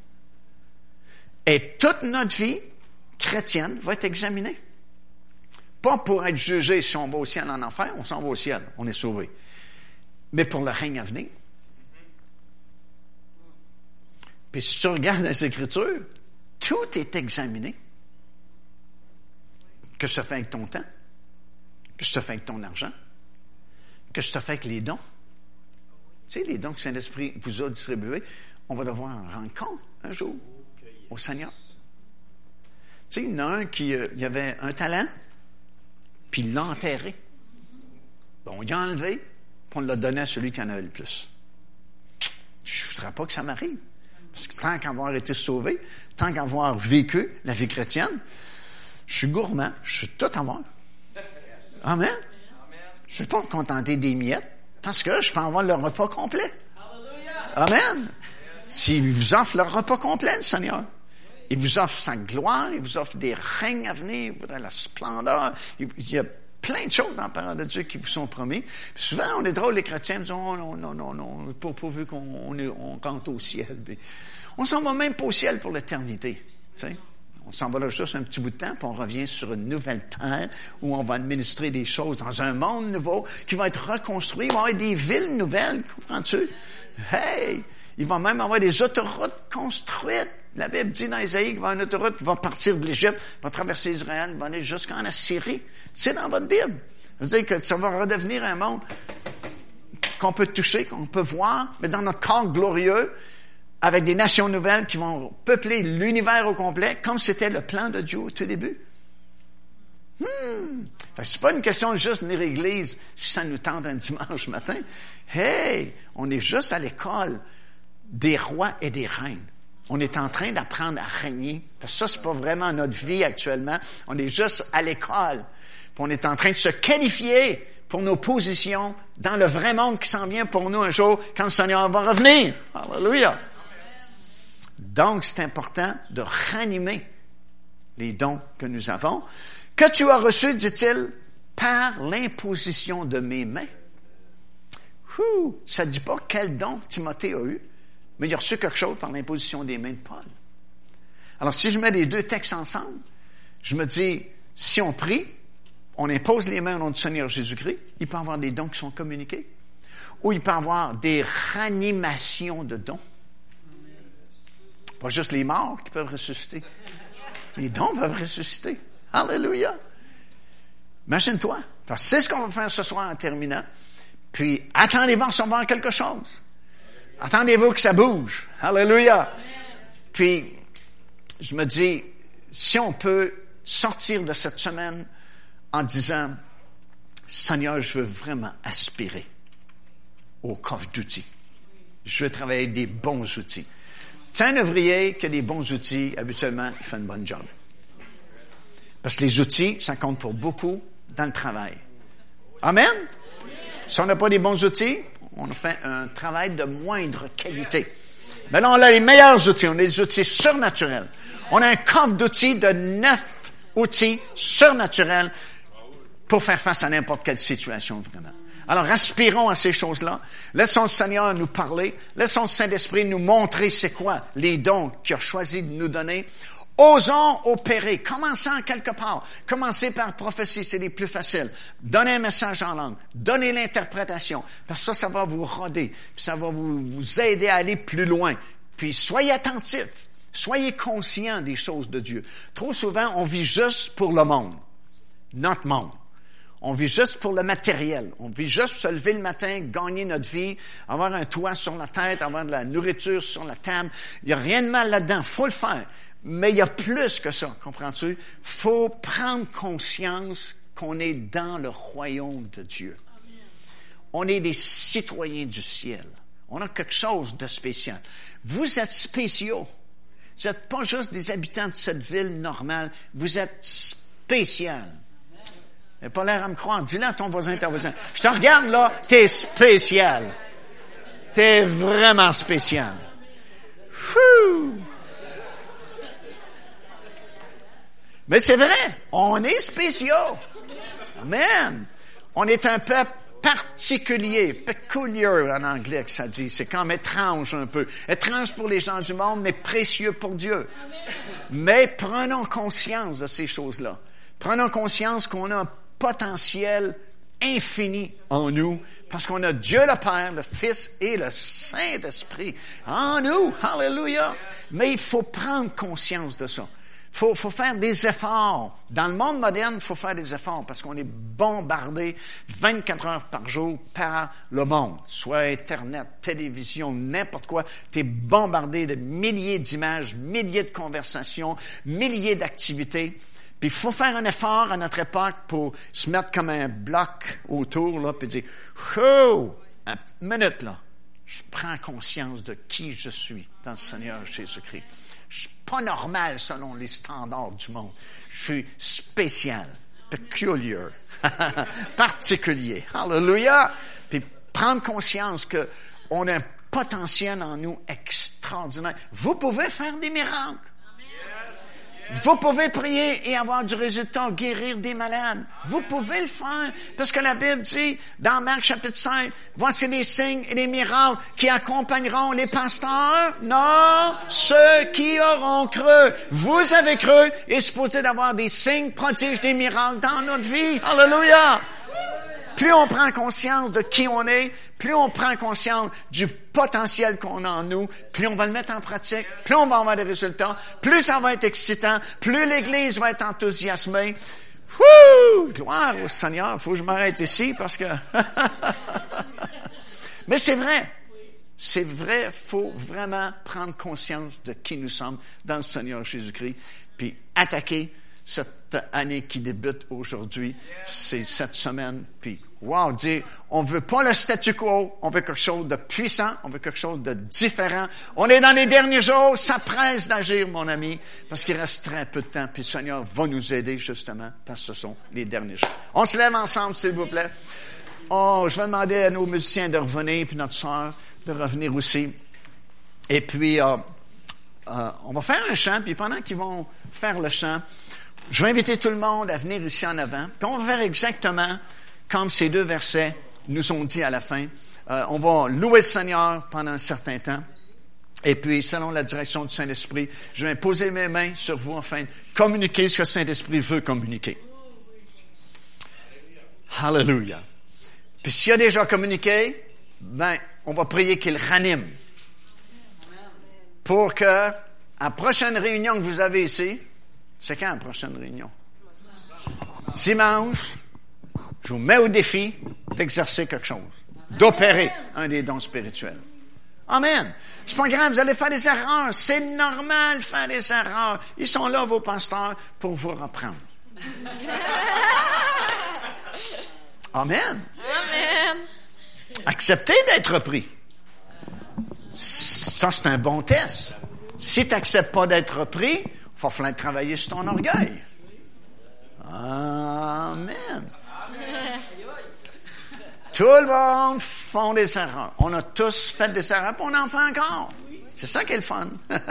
Et toute notre vie chrétienne va être examinée. Pas pour être jugé si on va au ciel en enfer, on s'en va au ciel, on est sauvé. Mais pour le règne à venir. Puis si tu regardes les Écritures, tout est examiné. Que je te fais avec ton temps? Que je te fais avec ton argent? Que je te fais avec les dons? Tu sais, les dons que le Saint-Esprit vous a distribués, on va devoir en rendre compte un jour au Seigneur. Tu sais, il y en a un qui il avait un talent, puis il l'a enterré. Bon, il l'a enlevé, puis on l'a donné à celui qui en avait le plus. Je ne voudrais pas que ça m'arrive. Parce que tant qu'avoir été sauvé, tant qu'avoir vécu la vie chrétienne, je suis gourmand, je suis tout à voir. Amen. Je ne vais pas me contenter des miettes, parce que je peux avoir le repas complet. Amen. S'il vous offre le repas complet, le Seigneur, il vous offre sa gloire, il vous offre des règnes à venir, il vous donne la splendeur, il y a plein de choses dans la parole de Dieu qui vous sont promis. Puis souvent, on est drôle, les chrétiens disent, oh non, pourvu qu'on rentre au ciel. Puis, on s'en va même pas au ciel pour l'éternité. Tu sais? On s'en va là juste un petit bout de temps, puis on revient sur une nouvelle terre où on va administrer des choses dans un monde nouveau qui va être reconstruit. Il va y avoir des villes nouvelles, comprends-tu? Hey! Il va même avoir des autoroutes construites. La Bible dit dans Isaïe qu'il va y avoir une autoroute qui va partir de l'Égypte, va traverser Israël, va aller jusqu'en Assyrie. C'est dans votre Bible. Ça veut dire que ça va redevenir un monde qu'on peut toucher, qu'on peut voir, mais dans notre corps glorieux, avec des nations nouvelles qui vont peupler l'univers au complet, comme c'était le plan de Dieu au tout début. C'est pas une question de juste venir à l'église si ça nous tente un dimanche matin. Hey, on est juste à l'école des rois et des reines. On est en train d'apprendre à régner. Parce que ça, c'est pas vraiment notre vie actuellement. On est juste à l'école. Puis on est en train de se qualifier pour nos positions dans le vrai monde qui s'en vient pour nous un jour quand le Seigneur va revenir. Alléluia. Donc, c'est important de ranimer les dons que nous avons. Que tu as reçu, dit-il, par l'imposition de mes mains. Ça ne dit pas quel don Timothée a eu, mais il a reçu quelque chose par l'imposition des mains de Paul. Alors, si je mets les deux textes ensemble, je me dis, si on prie, on impose les mains au nom du Seigneur Jésus-Christ, il peut y avoir des dons qui sont communiqués, ou il peut y avoir des ranimations de dons. Pas juste les morts qui peuvent ressusciter. Les dons peuvent ressusciter. Alléluia. Imagine-toi. C'est ce qu'on va faire ce soir en terminant. Puis, attendez-vous à recevoir quelque chose. Attendez-vous que ça bouge. Alléluia. Puis, je me dis, si on peut sortir de cette semaine en disant, Seigneur, je veux vraiment aspirer au coffre d'outils. Je veux travailler avec des bons outils. C'est un ouvrier qui a des bons outils, habituellement, il fait une bonne job. Parce que les outils, ça compte pour beaucoup dans le travail. Amen? Si on n'a pas des bons outils, on fait un travail de moindre qualité. Mais là, on a les meilleurs outils. On a des outils surnaturels. On a un coffre d'outils de 9 outils surnaturels pour faire face à n'importe quelle situation, vraiment. Alors, aspirons à ces choses-là. Laissons le Seigneur nous parler. Laissons le Saint-Esprit nous montrer c'est quoi les dons qu'il a choisi de nous donner. Osons opérer. Commençons quelque part. Commencez par prophétie, c'est les plus faciles. Donnez un message en langue. Donnez l'interprétation. Parce que ça va vous roder. Puis ça va vous aider à aller plus loin. Puis soyez attentifs. Soyez conscients des choses de Dieu. Trop souvent, on vit juste pour le monde. Notre monde. On vit juste pour le matériel. On vit juste se lever le matin, gagner notre vie, avoir un toit sur la tête, avoir de la nourriture sur la table. Il n'y a rien de mal là-dedans. Faut le faire. Mais il y a plus que ça, comprends-tu? Faut prendre conscience qu'on est dans le royaume de Dieu. on est des citoyens du ciel. On a quelque chose de spécial. Vous êtes spéciaux. Vous n'êtes pas juste des habitants de cette ville normale. Vous êtes spécial. Il n'a pas l'air à me croire. Dis-le à ton voisin, ta voisine. Je te regarde là, t'es spécial. T'es vraiment spécial. Fou! Mais c'est vrai, on est spéciaux. Amen. On est un peuple particulier, peculiar en anglais que ça dit. C'est comme étrange un peu. Étrange pour les gens du monde, mais précieux pour Dieu. Mais prenons conscience de ces choses-là. Prenons conscience qu'on a un potentiel infini en nous, parce qu'on a Dieu le Père, le Fils et le Saint-Esprit en nous. Hallelujah! Mais il faut prendre conscience de ça. Faut faire des efforts. Dans le monde moderne, il faut faire des efforts parce qu'on est bombardé 24 heures par jour par le monde. Soit Internet, télévision, n'importe quoi. Tu es bombardé de milliers d'images, milliers de conversations, milliers d'activités. Puis il faut faire un effort à notre époque pour se mettre comme un bloc autour, là, puis dire, oh, une minute, là. Je prends conscience de qui je suis dans le Seigneur Jésus-Christ. Je suis pas normal selon les standards du monde. Je suis spécial, peculiar, particulier. Hallelujah! Puis prendre conscience que on a un potentiel en nous extraordinaire. Vous pouvez faire des miracles. Vous pouvez prier et avoir du résultat, guérir des malades. Vous pouvez le faire. Parce que la Bible dit, dans Marc chapitre 5, voici les signes et les miracles qui accompagneront les pasteurs. Non, ceux qui auront cru. Vous avez cru et supposé d'avoir des signes, prodiges, des miracles dans notre vie. Alléluia! Plus on prend conscience de qui on est, plus on prend conscience du potentiel qu'on a en nous, plus on va le mettre en pratique, plus on va avoir des résultats, plus ça va être excitant, plus l'Église va être enthousiasmée. Wouh! Gloire au Seigneur. Faut que je m'arrête ici parce que... Mais c'est vrai. C'est vrai. Faut vraiment prendre conscience de qui nous sommes dans le Seigneur Jésus-Christ, puis attaquer cette année qui débute aujourd'hui, c'est cette semaine, puis wow, dire, on veut pas le statu quo, on veut quelque chose de puissant, on veut quelque chose de différent. On est dans les derniers jours, ça presse d'agir, mon ami, parce qu'il reste très peu de temps, puis le Seigneur va nous aider, justement, parce que ce sont les derniers jours. On se lève ensemble, s'il vous plaît. Oh, je vais demander à nos musiciens de revenir, puis notre sœur de revenir aussi. Et puis, on va faire un chant, puis pendant qu'ils vont faire le chant, je vais inviter tout le monde à venir ici en avant. Puis on va faire exactement comme ces deux versets nous ont dit à la fin. On va louer le Seigneur pendant un certain temps. Et puis, selon la direction du Saint-Esprit, je vais poser mes mains sur vous afin de communiquer ce que le Saint-Esprit veut communiquer. Hallelujah. Puis s'il a déjà communiqué, ben, on va prier qu'il ranime. Pour que, à la prochaine réunion que vous avez ici, c'est quand la prochaine réunion? Dimanche, je vous mets au défi d'exercer quelque chose, d'opérer un des dons spirituels. Amen. C'est pas grave, vous allez faire des erreurs. C'est normal de faire des erreurs. Ils sont là, vos pasteurs, pour vous reprendre. Amen. Amen. Acceptez d'être repris. Ça, c'est un bon test. Si tu n'acceptes pas d'être repris, il va falloir travailler sur ton orgueil. Amen. Tout le monde font des erreurs. On a tous fait des erreurs, puis on en fait encore. C'est ça qui est le fun.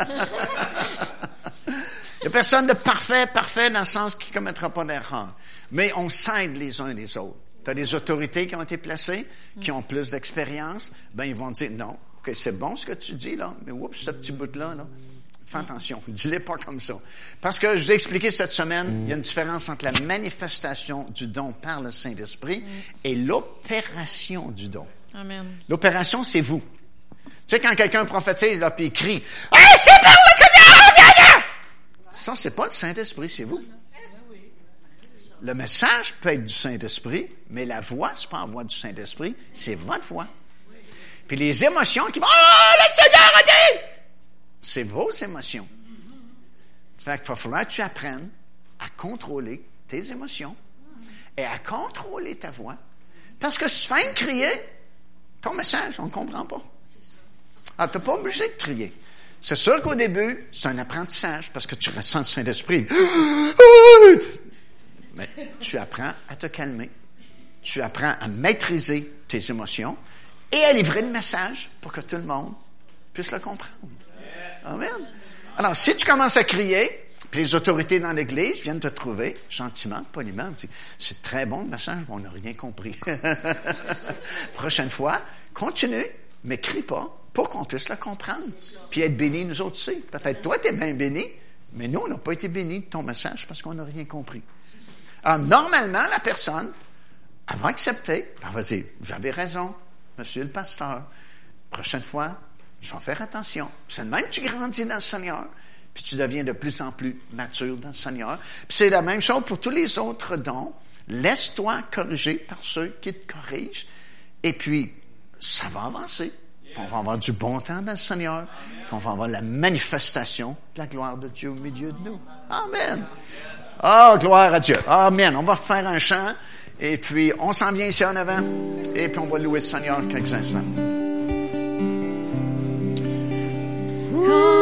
Il n'y a personne de parfait dans le sens qu'il ne commettra pas d'erreur. Mais on s'aide les uns les autres. Tu as des autorités qui ont été placées, qui ont plus d'expérience. Ben, ils vont dire, non, okay, c'est bon ce que tu dis, là, mais oups, ce petit bout-là, là. Fais attention, dis-le pas comme ça. Parce que je vous ai expliqué cette semaine, il y a une différence entre la manifestation du don par le Saint-Esprit et l'opération du don. Amen. L'opération, c'est vous. Tu sais, quand quelqu'un prophétise, là, puis il crie, « Hey, c'est par le Seigneur, viens là! » Ça, c'est pas le Saint-Esprit, c'est vous. Le message peut être du Saint-Esprit, mais la voix, c'est pas la voix du Saint-Esprit, c'est votre voix. Puis les émotions qui vont, « Oh, le Seigneur a dit! » C'est vos émotions. Fait qu'il va falloir que tu apprennes à contrôler tes émotions et à contrôler ta voix. Parce que si tu fais crier, ton message, on ne comprend pas. Alors, tu n'es pas obligé de crier. C'est sûr qu'au début, c'est un apprentissage parce que tu ressens le Saint-Esprit. Mais tu apprends à te calmer. Tu apprends à maîtriser tes émotions et à livrer le message pour que tout le monde puisse le comprendre. Amen. Alors, si tu commences à crier, puis les autorités dans l'Église viennent te trouver gentiment, poliment, c'est très bon le message, mais on n'a rien compris. Prochaine fois, continue, mais crie pas pour qu'on puisse le comprendre. Puis être béni, nous autres aussi. Peut-être toi, tu es bien béni, mais nous, on n'a pas été bénis de ton message parce qu'on n'a rien compris. Alors, normalement, la personne, elle va accepter, elle va dire, vous avez raison, monsieur le pasteur, prochaine fois, je vais faire attention. C'est le même que tu grandis dans le Seigneur, puis tu deviens de plus en plus mature dans le Seigneur. Puis c'est la même chose pour tous les autres dons. Laisse-toi corriger par ceux qui te corrigent, et puis ça va avancer. On va avoir du bon temps dans le Seigneur, puis on va avoir la manifestation de la gloire de Dieu au milieu de nous. Amen. Oh, gloire à Dieu. Amen. On va faire un chant, et puis on s'en vient ici en avant, et puis on va louer le Seigneur quelques instants.